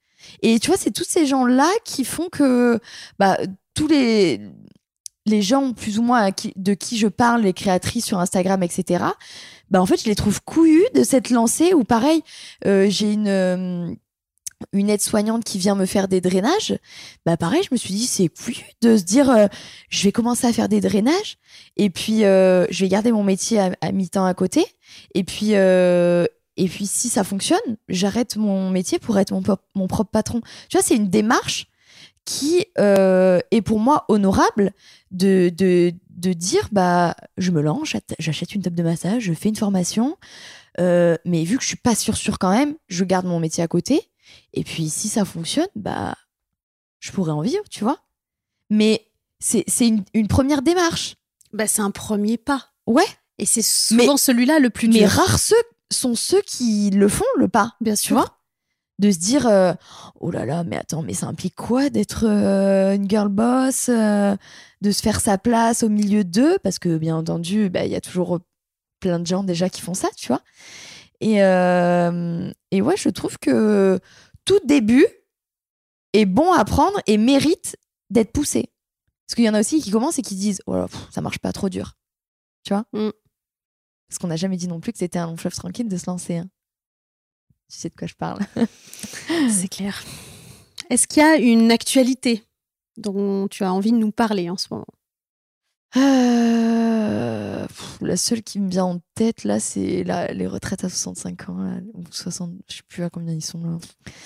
Et tu vois, c'est tous ces gens-là qui font que bah, tous les, les gens, plus ou moins à qui, de qui je parle, les créatrices sur Instagram, et cetera, bah, en fait, je les trouve couillus de s'être lancées. Ou pareil, euh, j'ai une, euh, une aide-soignante qui vient me faire des drainages. Bah, pareil, je me suis dit, c'est couillu de se dire, euh, je vais commencer à faire des drainages. Et puis, euh, je vais garder mon métier à, à mi-temps à côté. Et puis... Euh, Et puis, si ça fonctionne, j'arrête mon métier pour être mon, mon propre patron. Tu vois, c'est une démarche qui euh, est pour moi honorable de, de, de dire, bah, je me lance, j'achète une table de massage, je fais une formation. Euh, mais vu que je suis pas sûre, sûre quand même, je garde mon métier à côté. Et puis, si ça fonctionne, bah, je pourrais en vivre, tu vois. Mais c'est, c'est une, une première démarche. Bah, c'est un premier pas. Ouais. Et c'est souvent mais, celui-là le plus dur. Mais rares ceux sont ceux qui le font, le pas. Bien sûr. Tu vois, de se dire, euh, oh là là, mais attends, mais ça implique quoi d'être euh, une girl boss, euh, de se faire sa place au milieu d'eux, parce que bien entendu, bah, y a toujours plein de gens déjà qui font ça, tu vois. Et, euh, et ouais, je trouve que tout début est bon à prendre et mérite d'être poussé. Parce qu'il y en a aussi qui commencent et qui disent oh là, pff, ça marche pas, trop dur. Tu vois mm. Parce qu'on n'a jamais dit non plus que c'était un long fleuve tranquille de se lancer. Hein. Tu sais de quoi je parle. C'est clair. Est-ce qu'il y a une actualité dont tu as envie de nous parler en ce moment ? euh... Pff, La seule qui me vient en tête, là, c'est la... les retraites à soixante-cinq ans. Là, ou soixante... Je sais plus à combien ils sont, là.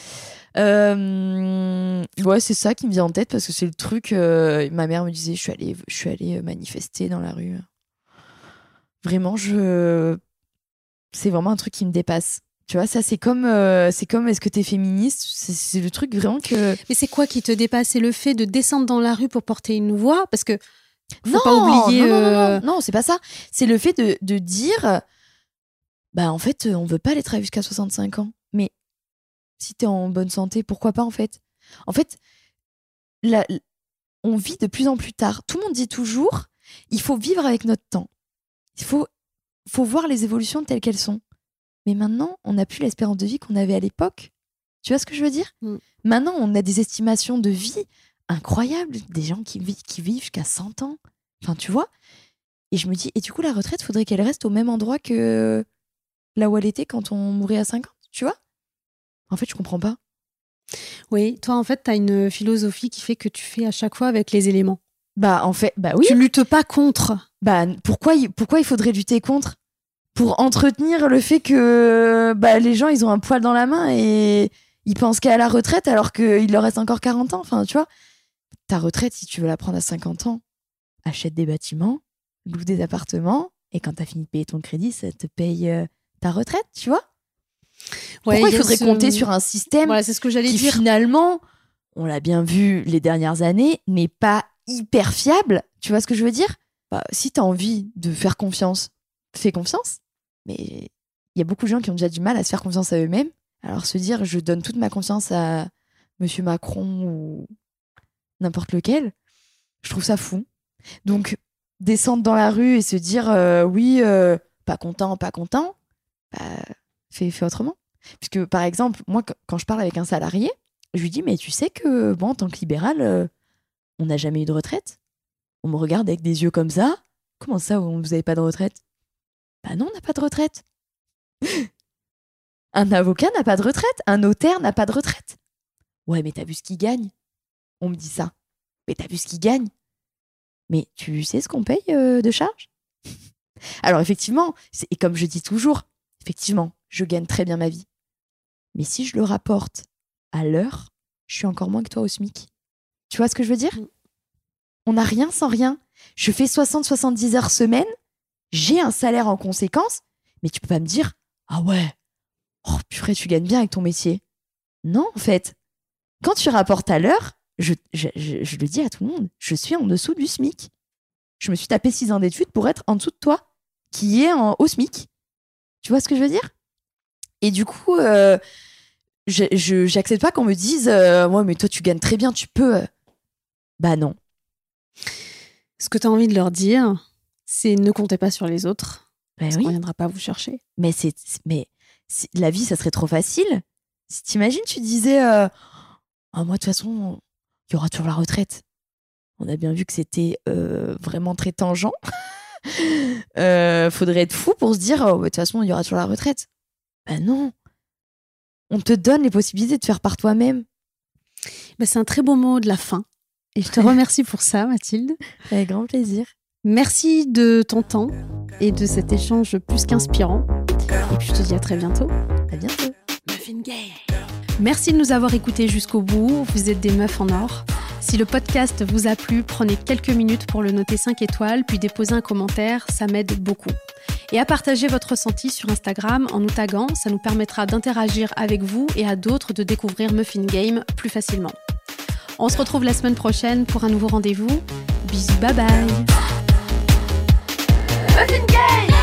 Euh... Ouais, c'est ça qui me vient en tête parce que c'est le truc... Euh... Ma mère me disait, je suis allée, je suis allée manifester dans la rue. Vraiment, je... C'est vraiment un truc qui me dépasse. Tu vois, ça, c'est comme, euh, c'est comme est-ce que t'es féministe ? C'est, c'est le truc vraiment que... Mais c'est quoi qui te dépasse ? C'est le fait de descendre dans la rue pour porter une voix ? Parce que faut non, pas oublier... Non, non, euh... non, non, non, c'est pas ça. C'est le fait de, de dire, bah en fait, on veut pas aller travailler jusqu'à soixante-cinq ans. Mais si t'es en bonne santé, pourquoi pas en fait ? En fait, la, on vit de plus en plus tard. Tout le monde dit toujours, il faut vivre avec notre temps. Il faut, faut voir les évolutions telles qu'elles sont. Mais maintenant, on n'a plus l'espérance de vie qu'on avait à l'époque. Tu vois ce que je veux dire ? mm. Maintenant, on a des estimations de vie incroyables. Des gens qui vivent, qui vivent jusqu'à cent ans. Enfin, tu vois ? Et je me dis, et du coup, la retraite, il faudrait qu'elle reste au même endroit que là où elle était quand on mourait à cinquante. Tu vois ? En fait, je comprends pas. Oui, toi, en fait, tu as une philosophie qui fait que tu fais à chaque fois avec les éléments. Bah, en fait, bah oui. Tu luttes pas contre. Bah, pourquoi, pourquoi il faudrait lutter contre ? Pour entretenir le fait que bah, les gens, ils ont un poil dans la main et ils pensent qu'à la retraite alors qu'il leur reste encore quarante ans. Enfin, tu vois, ta retraite, si tu veux la prendre à cinquante ans, achète des bâtiments, loue des appartements et quand t'as fini de payer ton crédit, ça te paye euh, ta retraite, tu vois. Ouais, pourquoi il faudrait ce... compter sur un système voilà, c'est ce que j'allais qui dire. Finalement, on l'a bien vu les dernières années, n'est pas hyper fiable. Tu vois ce que je veux dire ? Bah, si t'as envie de faire confiance, fais confiance. Mais il y a beaucoup de gens qui ont déjà du mal à se faire confiance à eux-mêmes. Alors se dire, je donne toute ma confiance à Monsieur Macron ou n'importe lequel, je trouve ça fou. Donc, descendre dans la rue et se dire, euh, oui, euh, pas content, pas content, bah, fais, fais autrement. Puisque, par exemple, moi, quand je parle avec un salarié, je lui dis, mais tu sais que, bon, en tant que libéral, euh, on n'a jamais eu de retraite. On me regarde avec des yeux comme ça. Comment ça, vous n'avez pas de retraite ? Bah non, on n'a pas de retraite. Un avocat n'a pas de retraite. Un notaire n'a pas de retraite. Ouais, mais t'as vu ce qu'il gagne ? On me dit ça. Mais t'as vu ce qu'il gagne ? Mais tu sais ce qu'on paye euh, de charge ? Alors effectivement, c'est, et comme je dis toujours, effectivement, je gagne très bien ma vie. Mais si je le rapporte à l'heure, je suis encore moins que toi au SMIC. Tu vois ce que je veux dire ? On n'a rien sans rien. Je fais soixante à soixante-dix heures semaine. J'ai un salaire en conséquence, mais tu peux pas me dire « Ah ouais, oh purée, tu gagnes bien avec ton métier. » Non, en fait. Quand tu rapportes à l'heure, je, je, je, je le dis à tout le monde, je suis en dessous du SMIC. Je me suis tapé six ans d'études pour être en dessous de toi, qui est en, au SMIC. Tu vois ce que je veux dire ? Et du coup, euh, je, je, j'accepte pas qu'on me dise euh, « Ouais, mais toi, tu gagnes très bien, tu peux. Euh. » Bah non. Ce que tu as envie de leur dire... c'est ne comptez pas sur les autres. Ben parce oui. qu'on ne viendra pas vous chercher. Mais, c'est, mais c'est, la vie, ça serait trop facile. Si t'imagines, tu disais euh, oh, moi, de toute façon, il y aura toujours la retraite. On a bien vu que c'était euh, vraiment très tangent. euh, faudrait être fou pour se dire oh, de toute façon, il y aura toujours la retraite. Ben non. On te donne les possibilités de faire par toi-même. Ben, c'est un très beau mot de la fin. Et je te remercie pour ça, Mathilde. Avec grand plaisir. Merci de ton temps et de cet échange plus qu'inspirant. Et puis je te dis à très bientôt. À bientôt. Muffin Game. Merci de nous avoir écoutés jusqu'au bout. Vous êtes des meufs en or. Si le podcast vous a plu, prenez quelques minutes pour le noter cinq étoiles, puis déposez un commentaire, ça m'aide beaucoup. Et à partager votre ressenti sur Instagram en nous taguant, ça nous permettra d'interagir avec vous et à d'autres de découvrir Muffin Game plus facilement. On se retrouve la semaine prochaine pour un nouveau rendez-vous. Bisous, bye bye. Muffin Game!